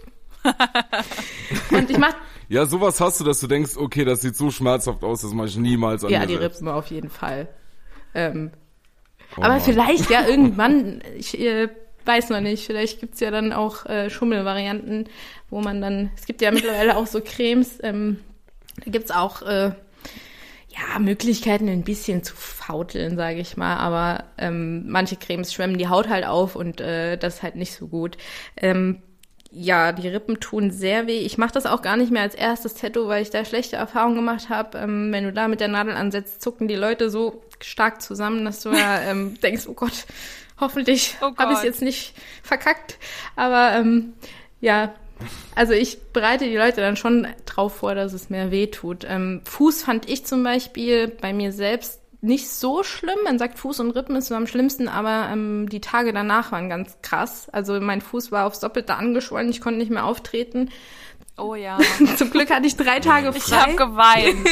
Und ich mach... Ja, sowas hast du, dass du denkst, okay, das sieht so schmerzhaft aus, das mache ich niemals an Ja, mir die selbst. Rippen auf jeden Fall. Ähm, oh aber Mann. vielleicht ja irgendwann... Ich, äh, weiß noch nicht, vielleicht gibt's ja dann auch äh, Schummelvarianten, wo man dann, es gibt ja mittlerweile auch so Cremes, ähm, da gibt's auch äh, ja Möglichkeiten, ein bisschen zu fauteln, sage ich mal, aber ähm, manche Cremes schwemmen die Haut halt auf und äh, das ist halt nicht so gut. Ähm, ja, die Rippen tun sehr weh. Ich mache das auch gar nicht mehr als erstes Tattoo, weil ich da schlechte Erfahrungen gemacht habe. Ähm, wenn du da mit der Nadel ansetzt, zucken die Leute so stark zusammen, dass du ja ähm, denkst, oh Gott, hoffentlich oh habe ich es jetzt nicht verkackt. Aber ähm, ja, also ich bereite die Leute dann schon drauf vor, dass es mehr weh tut. Ähm, Fuß fand ich zum Beispiel bei mir selbst nicht so schlimm. Man sagt, Fuß und Rippen ist so am schlimmsten, aber ähm, die Tage danach waren ganz krass. Also mein Fuß war aufs Doppelte angeschwollen, ich konnte nicht mehr auftreten. Oh ja. Zum Glück hatte ich drei Tage frei. Ich habe geweint.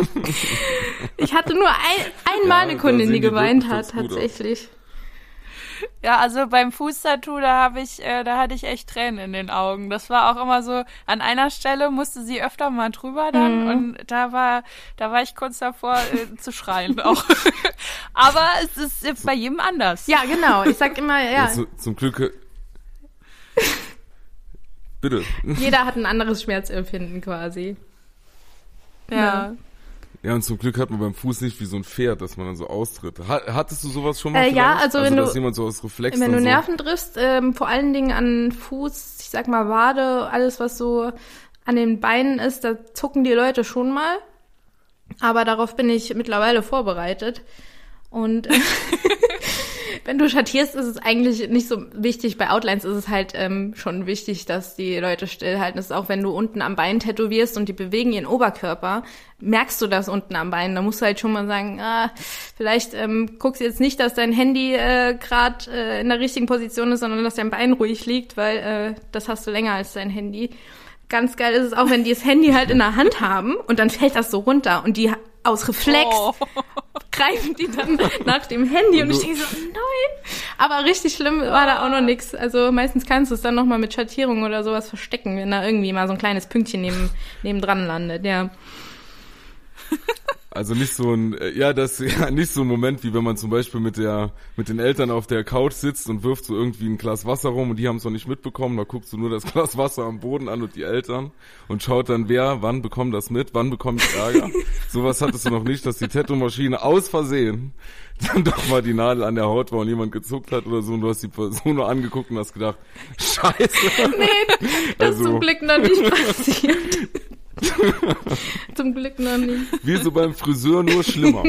Ich hatte nur ein, einmal ja, eine Kundin, die geweint hat, tatsächlich. Ja, also beim Fußtattoo, da habe ich, äh, da hatte ich echt Tränen in den Augen. Das war auch immer so, an einer Stelle musste sie öfter mal drüber dann mhm. und da war, da war ich kurz davor äh, zu schreien auch. Aber es ist bei jedem anders. Ja, genau. Ich sag immer, ja. ja zu, zum Glück. Bitte. Jeder hat ein anderes Schmerzempfinden quasi. Ja. ja. Ja, und zum Glück hat man beim Fuß nicht wie so ein Pferd, dass man dann so austritt. Hattest du sowas schon mal? Äh, ja, also, also wenn dass du, jemand so aus Reflex wenn du so Nerven triffst, ähm, vor allen Dingen an Fuß, ich sag mal Wade, alles was so an den Beinen ist, da zucken die Leute schon mal. Aber darauf bin ich mittlerweile vorbereitet. Und wenn du schattierst, ist es eigentlich nicht so wichtig. Bei Outlines ist es halt ähm, schon wichtig, dass die Leute stillhalten. Das ist auch, wenn du unten am Bein tätowierst und die bewegen ihren Oberkörper, merkst du das unten am Bein. Da musst du halt schon mal sagen, ah, vielleicht ähm, guckst du jetzt nicht, dass dein Handy äh, gerade äh, in der richtigen Position ist, sondern dass dein Bein ruhig liegt, weil äh, das hast du länger als dein Handy. Ganz geil ist es auch, wenn die das Handy halt in der Hand haben und dann fällt das so runter und die aus Reflex oh. greifen die dann nach dem Handy und, und ich denke so, nein. Aber richtig schlimm war da auch noch nix. Also meistens kannst du es dann nochmal mit Schattierung oder sowas verstecken, wenn da irgendwie mal so ein kleines Pünktchen neben, nebendran landet, ja. Also nicht so ein, ja, das ja nicht so ein Moment, wie wenn man zum Beispiel mit der mit den Eltern auf der Couch sitzt und wirft so irgendwie ein Glas Wasser rum und die haben es noch nicht mitbekommen, da guckst du nur das Glas Wasser am Boden an und die Eltern und schaut dann, wer, wann bekommt das mit, wann bekommt ich Ärger. Sowas hattest du noch nicht, dass die Tattoo-Maschine aus Versehen dann doch mal die Nadel an der Haut war und jemand gezuckt hat oder so und du hast die Person nur angeguckt und hast gedacht, scheiße. Nee, das also, ist zum Glück noch nicht passiert. Zum Glück noch nicht. Wie so beim Friseur, nur schlimmer.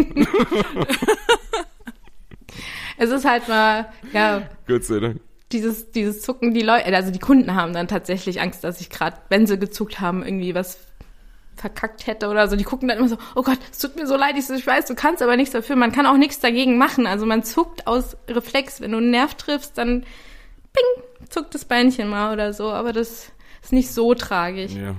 Es ist halt mal, ja. Gott sei Dank. Dieses, dieses Zucken, die Leute, also die Kunden haben dann tatsächlich Angst, dass ich gerade, wenn sie gezuckt haben, irgendwie was verkackt hätte oder so. Die gucken dann immer so, oh Gott, es tut mir so leid, ich, so, ich weiß, du kannst aber nichts dafür. Man kann auch nichts dagegen machen. Also man zuckt aus Reflex. Wenn du einen Nerv triffst, dann ping, zuckt das Beinchen mal oder so. Aber das ist nicht so tragisch. Ja.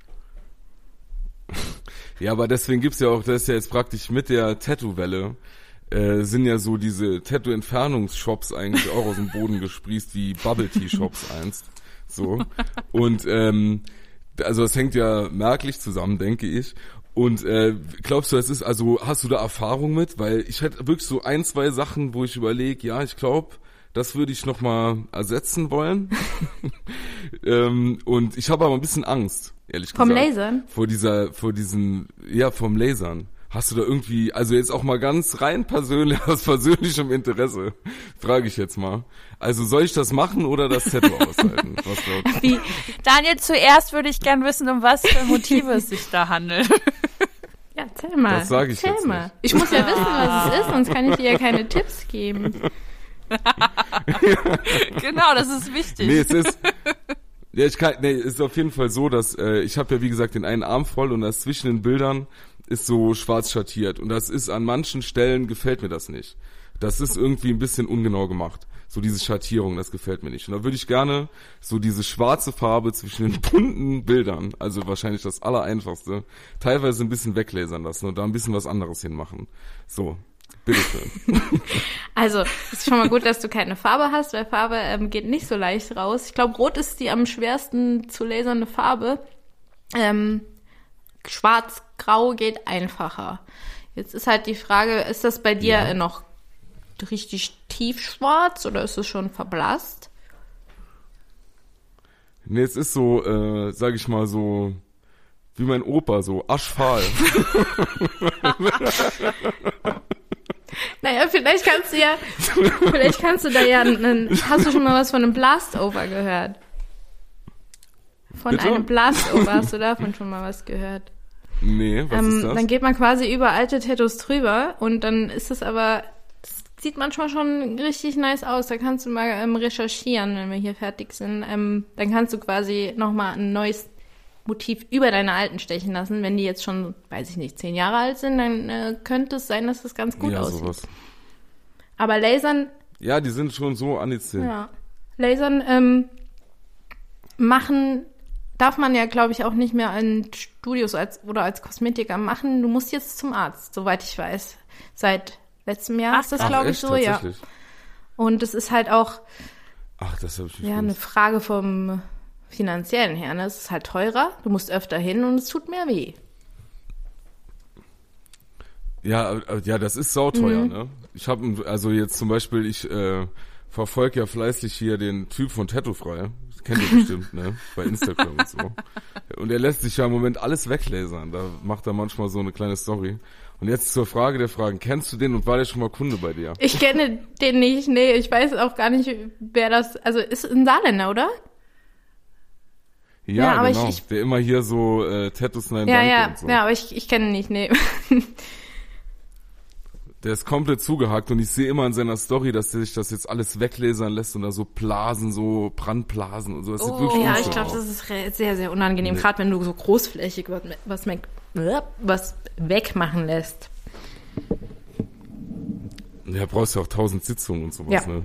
Ja, aber deswegen gibt's ja auch, das ist ja jetzt praktisch mit der Tattoo-Welle, äh, sind ja so diese Tattoo-Entfernungsshops eigentlich auch aus dem Boden gesprießt, wie Bubble-Tea-Shops einst. So. Und, ähm, also das hängt ja merklich zusammen, denke ich. Und äh, glaubst du, es ist, also hast du da Erfahrung mit? Weil ich hätte wirklich so ein, zwei Sachen, wo ich überlege, ja, ich glaube, das würde ich nochmal ersetzen wollen. ähm, und ich habe aber ein bisschen Angst, ehrlich gesagt. Vom Lasern? Vor dieser, vor diesen, ja, vom Lasern. Hast du da irgendwie, also jetzt auch mal ganz rein persönlich, aus persönlichem Interesse, frage ich jetzt mal. Also soll ich das machen oder das Tattoo aushalten? Was glaubst du? Wie? Daniel, zuerst würde ich gern wissen, um was für Motive es sich da handelt. Ja, erzähl mal. Das sage ich erzähl jetzt mal. nicht. Ich muss ja wissen, was es ist, sonst kann ich dir ja keine Tipps geben. Genau, das ist wichtig. Nee, es ist, ja, ich kann, nee, es ist auf jeden Fall so, dass, äh, ich habe ja wie gesagt den einen Arm voll und das zwischen den Bildern ist so schwarz schattiert und das ist an manchen Stellen gefällt mir das nicht. Das ist irgendwie ein bisschen ungenau gemacht. So diese Schattierung, das gefällt mir nicht. Und da würde ich gerne so diese schwarze Farbe zwischen den bunten Bildern, also wahrscheinlich das Allereinfachste, teilweise ein bisschen weglasern lassen und da ein bisschen was anderes hinmachen. So. Bitteschön. Also, ist schon mal gut, dass du keine Farbe hast, weil Farbe ähm, geht nicht so leicht raus. Ich glaube, Rot ist die am schwersten zu lasernde Farbe. Ähm, Schwarz, Grau geht einfacher. Jetzt ist halt die Frage, ist das bei dir ja. noch richtig tiefschwarz oder ist es schon verblasst? Nee, es ist so, äh, sag ich mal so, wie mein Opa, so aschfahl. Naja, vielleicht kannst du ja, vielleicht kannst du da ja, einen, hast du schon mal was von einem Blastover gehört? Von Bitte? einem Blastover, hast du davon schon mal was gehört? Nee, was ähm, ist das? Dann geht man quasi über alte Tattoos drüber und dann ist es aber, das sieht manchmal schon richtig nice aus. Da kannst du mal ähm, recherchieren, wenn wir hier fertig sind. Ähm, dann kannst du quasi nochmal ein neues Motiv über deine alten stechen lassen. Wenn die jetzt schon, weiß ich nicht, zehn Jahre alt sind, dann äh, könnte es sein, dass das ganz gut ja, aussieht. Sowas. Aber Lasern... Ja, die sind schon so anästhetisch. Ja. Lasern ähm, machen... Darf man ja, glaube ich, auch nicht mehr in Studios als oder als Kosmetiker machen. Du musst jetzt zum Arzt, soweit ich weiß. Seit letztem Jahr Ach, ist das, ach, glaube ich, echt? so, ja. Und es ist halt auch Ach, das habe ich nicht ja, eine gewusst. Frage vom Finanziellen her. Ne? Es ist halt teurer, du musst öfter hin und es tut mehr weh. Ja, äh, ja, das ist sauteuer, Mhm. ne? Ich habe, also jetzt zum Beispiel, ich äh, verfolge ja fleißig hier den Typ von Tattoo-Frei. Das kennt ihr bestimmt, ne? Bei Instagram und so. Und er lässt sich ja im Moment alles weglasern. Da macht er manchmal so eine kleine Story. Und jetzt zur Frage der Fragen. Kennst du den und war der schon mal Kunde bei dir? Ich kenne den nicht, nee, ich weiß auch gar nicht, wer das, also ist ein Saarländer, oder? Ja, Ja, aber genau. ich- ich- der immer hier so äh, Tattoos nein, Ja, danke ja, und so. ja, aber ich, ich kenne ihn nicht, nee. Der ist komplett zugehackt und ich sehe immer in seiner Story, dass der sich das jetzt alles weglasern lässt und da so Blasen, so Brandblasen und so. Das sieht Oh. wirklich Ja, unschön ich glaube, aus. das ist re- sehr, sehr unangenehm, Nee. gerade wenn du so großflächig was, was, me- was wegmachen lässt. Ja, brauchst ja auch tausend Sitzungen und sowas, Ja. ne?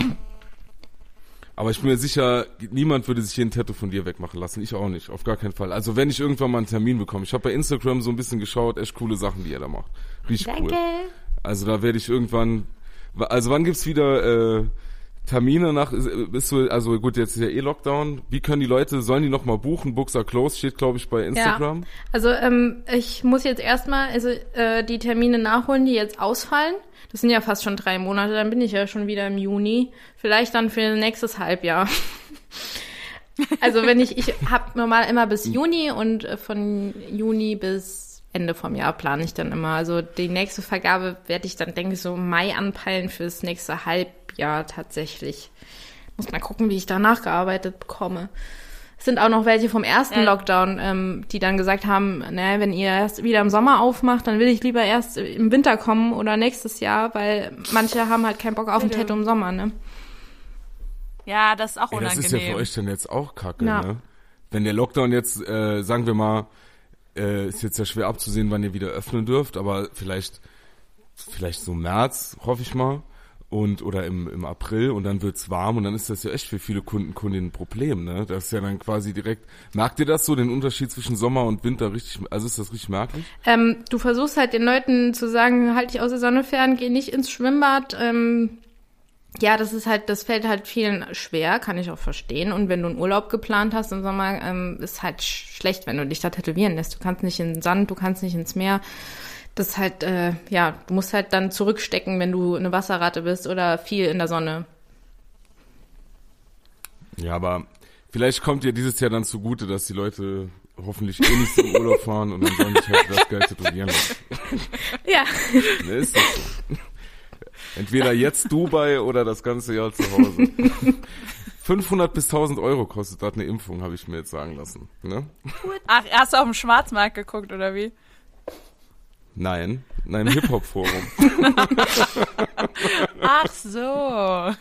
Aber ich bin mir sicher, niemand würde sich hier ein Tattoo von dir wegmachen lassen. Ich auch nicht, auf gar keinen Fall. Also wenn ich irgendwann mal einen Termin bekomme. Ich habe bei Instagram so ein bisschen geschaut, echt coole Sachen, die er da macht. Richtig cool. Also da werde ich irgendwann, also wann gibt's wieder äh, Termine nach, bist du, also gut, jetzt ist ja eh Lockdown. Wie können die Leute, sollen die noch mal buchen? Books are closed, steht glaube ich bei Instagram. Ja. Also ähm, ich muss jetzt erstmal also, äh, die Termine nachholen, die jetzt ausfallen. Das sind ja fast schon drei Monate, dann bin ich ja schon wieder im Juni. Vielleicht dann für nächstes Halbjahr. Also wenn ich, ich habe normal immer bis Juni und äh, von Juni bis Ende vom Jahr plane ich dann immer. Also die nächste Vergabe werde ich dann, denke ich, so im Mai anpeilen fürs nächste Halbjahr tatsächlich. Muss mal gucken, wie ich da nachgearbeitet bekomme. Es sind auch noch welche vom ersten Ja. Lockdown, ähm, die dann gesagt haben, naja, wenn ihr erst wieder im Sommer aufmacht, dann will ich lieber erst im Winter kommen oder nächstes Jahr, weil manche haben halt keinen Bock auf ein Bitte. Tattoo im Sommer, ne? Ja, das ist auch Ey, das unangenehm. ist ja für euch dann jetzt auch kacke, Ja. ne? Wenn der Lockdown jetzt, äh, sagen wir mal, äh, ist jetzt ja schwer abzusehen, wann ihr wieder öffnen dürft, aber vielleicht, vielleicht so März, hoffe ich mal, und oder im, im April und dann wird's warm und dann ist das ja echt für viele Kunden, Kundinnen ein Problem, ne? Das ist ja dann quasi direkt, merkt ihr das so, den Unterschied zwischen Sommer und Winter richtig, also ist das richtig merklich? Ähm, du versuchst halt den Leuten zu sagen, halt dich aus der Sonne fern, geh nicht ins Schwimmbad. Ähm, ja, das ist halt, das fällt halt vielen schwer, kann ich auch verstehen. Und wenn du einen Urlaub geplant hast im Sommer, ähm, ist halt sch- schlecht, wenn du dich da tätowieren lässt. Du kannst nicht in den Sand, du kannst nicht ins Meer. Das ist halt, äh, ja, du musst halt dann zurückstecken, wenn du eine Wasserratte bist oder viel in der Sonne. Ja, aber vielleicht kommt dir dieses Jahr dann zugute, dass die Leute hoffentlich eh nicht so im Urlaub fahren und dann sollen sich halt das Geld tätowieren lassen. Ja. Ne, ist das so. Entweder jetzt Dubai oder das ganze Jahr zu Hause. fünfhundert bis tausend Euro kostet das eine Impfung, habe ich mir jetzt sagen lassen. Ne? Ach, hast du auf dem Schwarzmarkt geguckt, oder wie? Nein, nein, Hip-Hop-Forum. Ach so.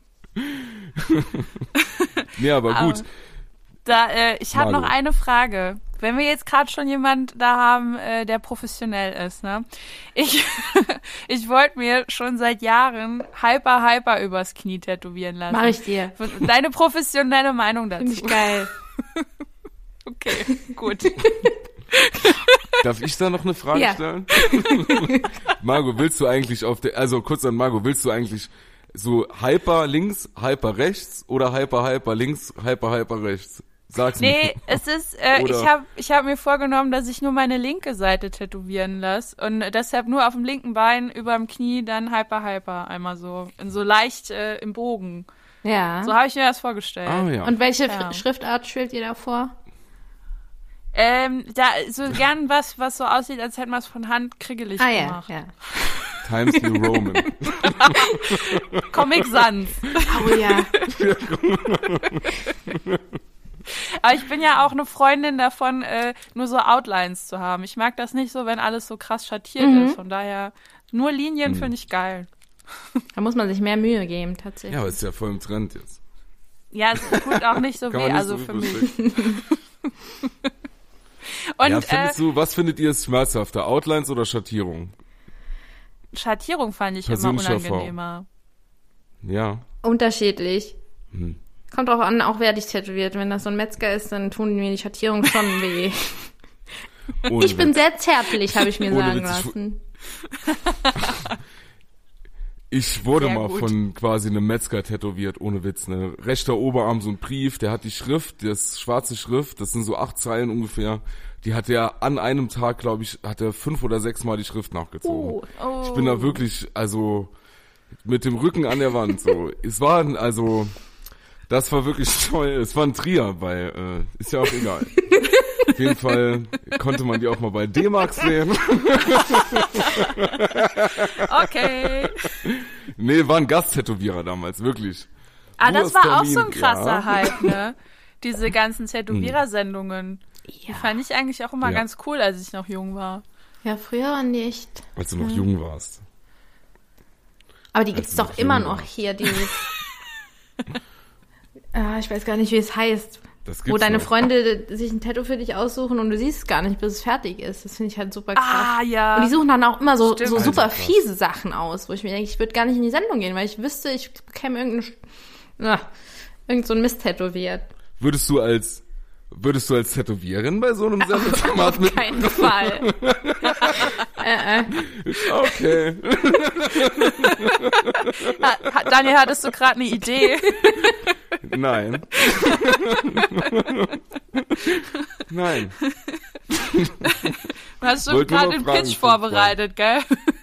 Nee, aber Aber- gut. Da, äh, ich habe noch Margot. eine Frage. Wenn wir jetzt gerade schon jemand da haben, äh, der professionell ist, ne? Ich, ich wollte mir schon seit Jahren hyper, hyper übers Knie tätowieren lassen. Mach ich dir. Deine professionelle Meinung Finde dazu. ich geil. Okay, gut. Darf ich da noch eine Frage Ja. stellen? Margot, willst du eigentlich auf der, also kurz an Margot, willst du eigentlich so hyper links, hyper rechts oder hyper, hyper links, hyper, hyper rechts? Sag's Nee, mir. es ist, äh, Oder- ich habe ich hab mir vorgenommen, dass ich nur meine linke Seite tätowieren lasse und deshalb nur auf dem linken Bein über dem Knie dann hyper, hyper einmal so, in so leicht äh, im Bogen. Ja. So habe ich mir das vorgestellt. Ah ja. Und welche Ja. F- Schriftart schwebt ihr da vor? Ähm, da so gern was, was so aussieht, als hätte man es von Hand kriegelig Ah ja, gemacht. ja. Times New Roman. Comic Sans. Oh ja. Aber ich bin ja auch eine Freundin davon, äh, nur so Outlines zu haben. Ich mag das nicht so, wenn alles so krass schattiert Mhm. ist. Von daher, nur Linien finde ich geil. Da muss man sich mehr Mühe geben, tatsächlich. Ja, aber ist ja voll im Trend jetzt. Ja, es tut auch nicht so Kann weh, man nicht also so für viel mich. beschränken. Und Ja, äh, findest du, was findet ihr es schmerzhafter? Outlines oder Schattierung? Schattierung fand ich immer Persönliche Erfahrung. unangenehmer. Ja. Unterschiedlich. Hm. Kommt drauf an, auch wer dich tätowiert. Wenn das so ein Metzger ist, dann tun mir die Schattierungen schon weh. Ohne Ich bin Witz. sehr zärtlich, habe ich mir Ohne sagen Witz, ich- lassen. Ich wurde Sehr mal gut. von quasi einem Metzger tätowiert, ohne Witz. Ne? Rechter Oberarm, so ein Brief, der hat die Schrift, das schwarze Schrift, das sind so acht Zeilen ungefähr. Die hat er an einem Tag, glaube ich, hat er fünf oder sechs Mal die Schrift nachgezogen. Oh. Oh. Ich bin da wirklich, also mit dem Rücken an der Wand. So, es war ein- also, das war wirklich toll. Es war ein Trier bei, äh, ist ja auch egal. Auf jeden Fall konnte man die auch mal bei D-Max sehen. Okay. Nee, war ein Gasttätowierer damals, wirklich. Ah, Nur das aus war auch so Termin, ein krasser ja. Hype, ne? Diese ganzen Tätowierersendungen. Die Ja. fand ich eigentlich auch immer Ja. ganz cool, als ich noch jung war. Ja, früher waren die echt. Als du noch jung warst. Aber die gibt's du doch noch immer jung noch warst. hier, dieses. ah, ich weiß gar nicht, wie es heißt. Das Wo gibt's deine noch. Freunde sich ein Tattoo für dich aussuchen und du siehst es gar nicht, bis es fertig ist. Das finde ich halt super krass. Ah, ja. Und die suchen dann auch immer so, Stimmt. so super Alter, krass. fiese Sachen aus, wo ich mir denke, ich würde gar nicht in die Sendung gehen, weil ich wüsste, ich bekäme irgendein, na, irgend so ein Mist tätowiert. Würdest du als, würdest du als Tätowiererin bei so einem Sendeformat mit? Auf keinen Fall. Okay. Ha, ha, Daniel, hattest du gerade eine Idee? Nein. Nein. Du hast schon Wollte nur gerade mal den fragen, Pitch Fünf Fragen. vorbereitet, gell?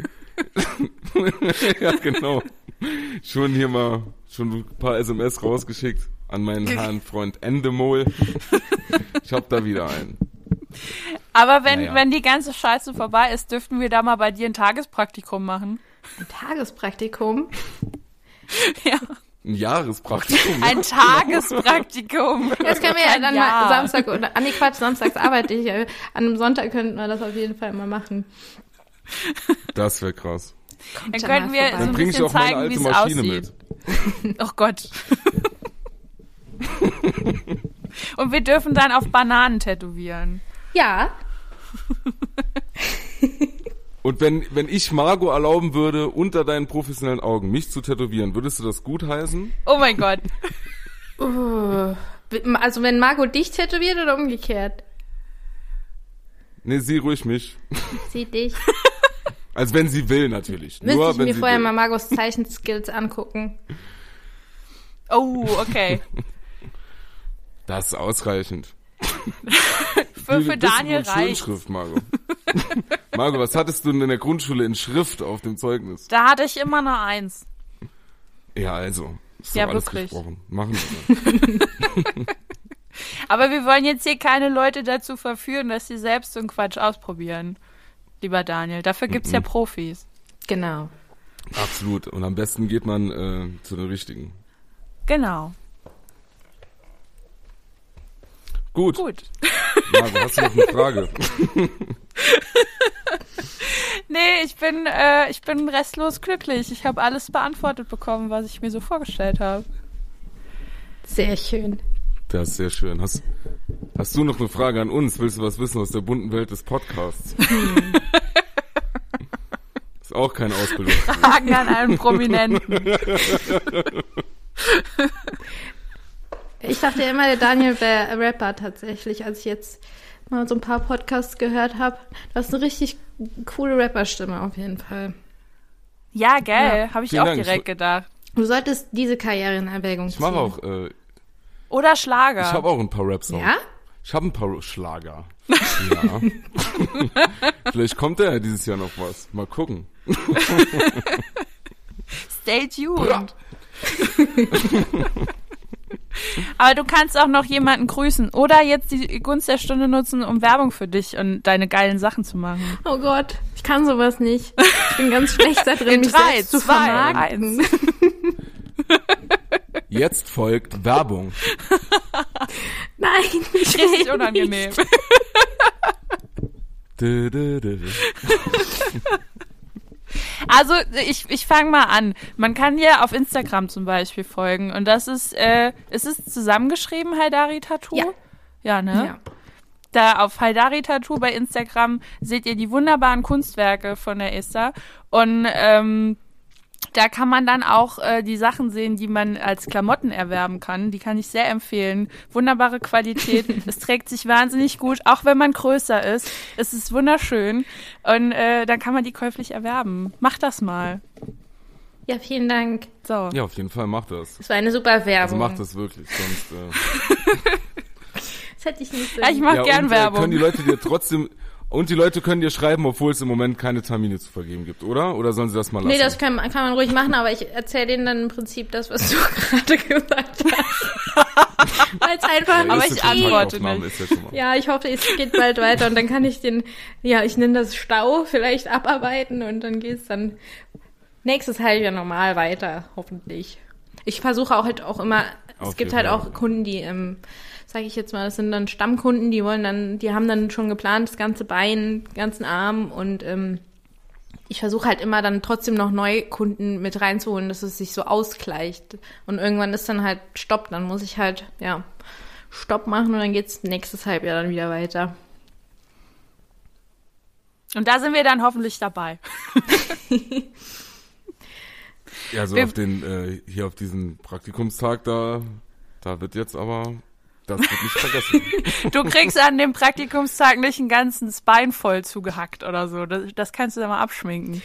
Ja, genau. Schon hier mal, schon ein paar S M S rausgeschickt an meinen Herrn Freund Endemol. Ich hab da wieder einen. Aber wenn, Naja. wenn die ganze Scheiße vorbei ist, dürften wir da mal bei dir ein Tagespraktikum machen. Ein Tagespraktikum. Ja. Ein Jahrespraktikum. Ein Tagespraktikum. Jetzt können wir ja Kein dann Jahr. mal Samstag oder, ah nee, Quatsch, samstags arbeite ich. An einem Sonntag könnten wir das auf jeden Fall mal machen. Das wäre krass. Dann ja könnten mal wir vorbei. so Dann ein bringe ich bisschen auch meine zeigen, wie alte es Maschine aussieht. mit. Oh Gott. Und wir dürfen dann auf Bananen tätowieren. Ja. Und wenn, wenn ich Margot erlauben würde, unter deinen professionellen Augen mich zu tätowieren, würdest du das gut heißen? Oh mein Gott. Uh, also wenn Margot dich tätowiert oder umgekehrt? Nee, sie ruhig mich. Sie dich. Also wenn sie will, natürlich. Müsste Nur ich wenn mir sie vorher will. mal Margots Zeichenskills angucken. Oh, okay. Das ist ausreichend. Für, Wie für bist du Daniel mit reicht. Schönschrift, Margot. Margot, was hattest du denn in der Grundschule in Schrift auf dem Zeugnis? Da hatte ich immer eine Eins. Ja, also. Ist Ja, doch alles wirklich. gesprochen. Machen wir dann. Aber wir wollen jetzt hier keine Leute dazu verführen, dass sie selbst so einen Quatsch ausprobieren. Lieber Daniel, dafür gibt's ja Profis. Genau. Absolut. Und am besten geht man äh, zu den richtigen. Genau. Gut. Gut. Margot, hast du noch eine Frage? Nee, ich bin, äh, ich bin restlos glücklich. Ich habe alles beantwortet bekommen, was ich mir so vorgestellt habe. Sehr schön. Das ist sehr schön. Hast, hast du noch eine Frage an uns? Willst du was wissen aus der bunten Welt des Podcasts? Ist auch keine Ausbildung. Fragen an einen Prominenten. Ich dachte ja immer, der Daniel wäre Rapper tatsächlich, als ich jetzt mal so ein paar Podcasts gehört habe. Du hast eine richtig coole Rapperstimme auf jeden Fall. Ja, gell, Ja. habe ich Vielen auch Dank. direkt gedacht. Du solltest diese Karriere in Erwägung ziehen. Ich mache auch, äh, Oder Schlager. ich habe auch ein paar Rap-Songs. Ja? Ich habe ein paar Schlager. Ja. Vielleicht kommt da ja dieses Jahr noch was. Mal gucken. Stay tuned. Aber du kannst auch noch jemanden grüßen oder jetzt die Gunst der Stunde nutzen, um Werbung für dich und deine geilen Sachen zu machen. Oh Gott, ich kann sowas nicht. Ich bin ganz schlecht da drin, In mich drei, selbst zu zwei, vermarkten. eins. Jetzt folgt Werbung. Nein, ich will Richtig unangenehm. nicht. Dö, dö, dö, dö. Also ich, ich fange mal an. Man kann dir auf Instagram zum Beispiel folgen und das ist, äh, ist es zusammengeschrieben, Haidari Tattoo? Ja. Ja, ne? Ja. Da auf Haidari Tattoo bei Instagram seht ihr die wunderbaren Kunstwerke von der Esther und ähm, da kann man dann auch äh, die Sachen sehen, die man als Klamotten erwerben kann. Die kann ich sehr empfehlen. Wunderbare Qualität. Es trägt sich wahnsinnig gut, auch wenn man größer ist. Es ist wunderschön. Und äh, dann kann man die käuflich erwerben. Macht das mal. Ja, vielen Dank. So. Ja, auf jeden Fall, mach das. Das war eine super Also Werbung. mach das wirklich, sonst... Äh Das hätte ich nicht so... Ja, ich mach ja, gern und, Werbung. Äh, können die Leute dir trotzdem... Und die Leute können dir schreiben, obwohl es im Moment keine Termine zu vergeben gibt, oder? Oder sollen sie das mal lassen? Nee, das kann, kann man ruhig machen, aber ich erzähle denen dann im Prinzip das, was du gerade gesagt hast. Weil es einfach Ja, Aber erste ich antworte Kontaktaufnahme nicht. ist ja schon mal. Ja, ich hoffe, es geht bald weiter und dann kann ich den, ja, ich nenne das Stau vielleicht abarbeiten und dann geht's dann nächstes Halbjahr normal weiter, hoffentlich. Ich versuche auch halt auch immer, es Auf gibt jeden halt Fall. auch Kunden, die, ähm, sage ich jetzt mal, das sind dann Stammkunden, die wollen dann, die haben dann schon geplant, das ganze Bein, den ganzen Arm und ähm, ich versuche halt immer dann trotzdem noch neue Kunden mit reinzuholen, dass es sich so ausgleicht. Und irgendwann ist dann halt Stopp, dann muss ich halt, ja, Stopp machen und dann geht's nächstes Halbjahr dann wieder weiter. Und da sind wir dann hoffentlich dabei. Ja, so Wir- auf den, äh, hier auf diesen Praktikumstag, da, da wird jetzt aber, das wird nicht vergessen. Du kriegst an dem Praktikumstag nicht ein ganzes Bein voll zugehackt oder so. Das, das kannst du dann mal abschminken.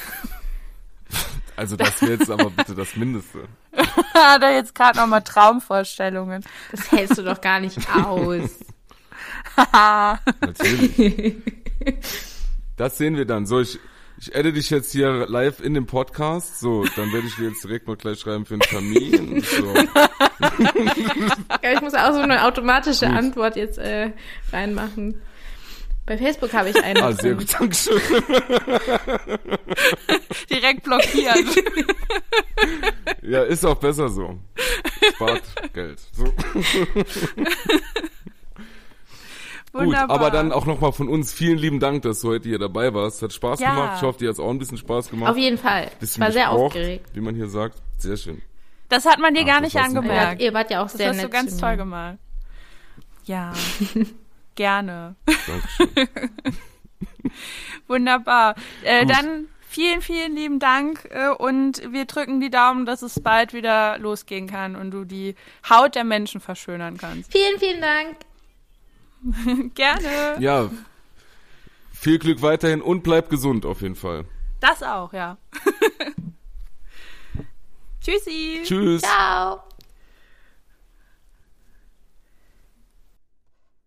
Also das wäre jetzt aber bitte das Mindeste. Hat er jetzt gerade nochmal Traumvorstellungen. Das hältst du doch gar nicht aus. Natürlich. Das sehen wir dann. So, ich, ich adde dich jetzt hier live in dem Podcast. So, dann werde ich dir jetzt direkt mal gleich schreiben für einen Termin. So. Ja, ich muss auch so eine automatische Gut. Antwort jetzt äh, reinmachen. Bei Facebook habe ich eine. Ah, sehr drin. gut, Dankeschön. Direkt blockiert. Ja, ist auch besser so. Spart Geld. So. Gut, Wunderbar. aber dann auch nochmal von uns vielen lieben Dank, dass du heute hier dabei warst. Hat Spaß Ja. gemacht. Ich hoffe, dir hat es auch ein bisschen Spaß gemacht. Auf jeden Fall. Ich Bisschen war sehr gesprochen, aufgeregt. wie man hier sagt. Sehr schön. Das hat man dir Ach, gar das nicht war super. Ihr angemerkt. wart, ihr wart ja auch Das sehr hast nett. du ganz zu toll mir. gemacht. Ja, gerne. Dankeschön. Wunderbar. Äh, Gut. dann vielen, vielen lieben Dank äh, und wir drücken die Daumen, dass es bald wieder losgehen kann und du die Haut der Menschen verschönern kannst. Vielen, vielen Dank. Gerne. Ja, viel Glück weiterhin und bleib gesund auf jeden Fall. Das auch, ja. Tschüssi. Tschüss. Ciao.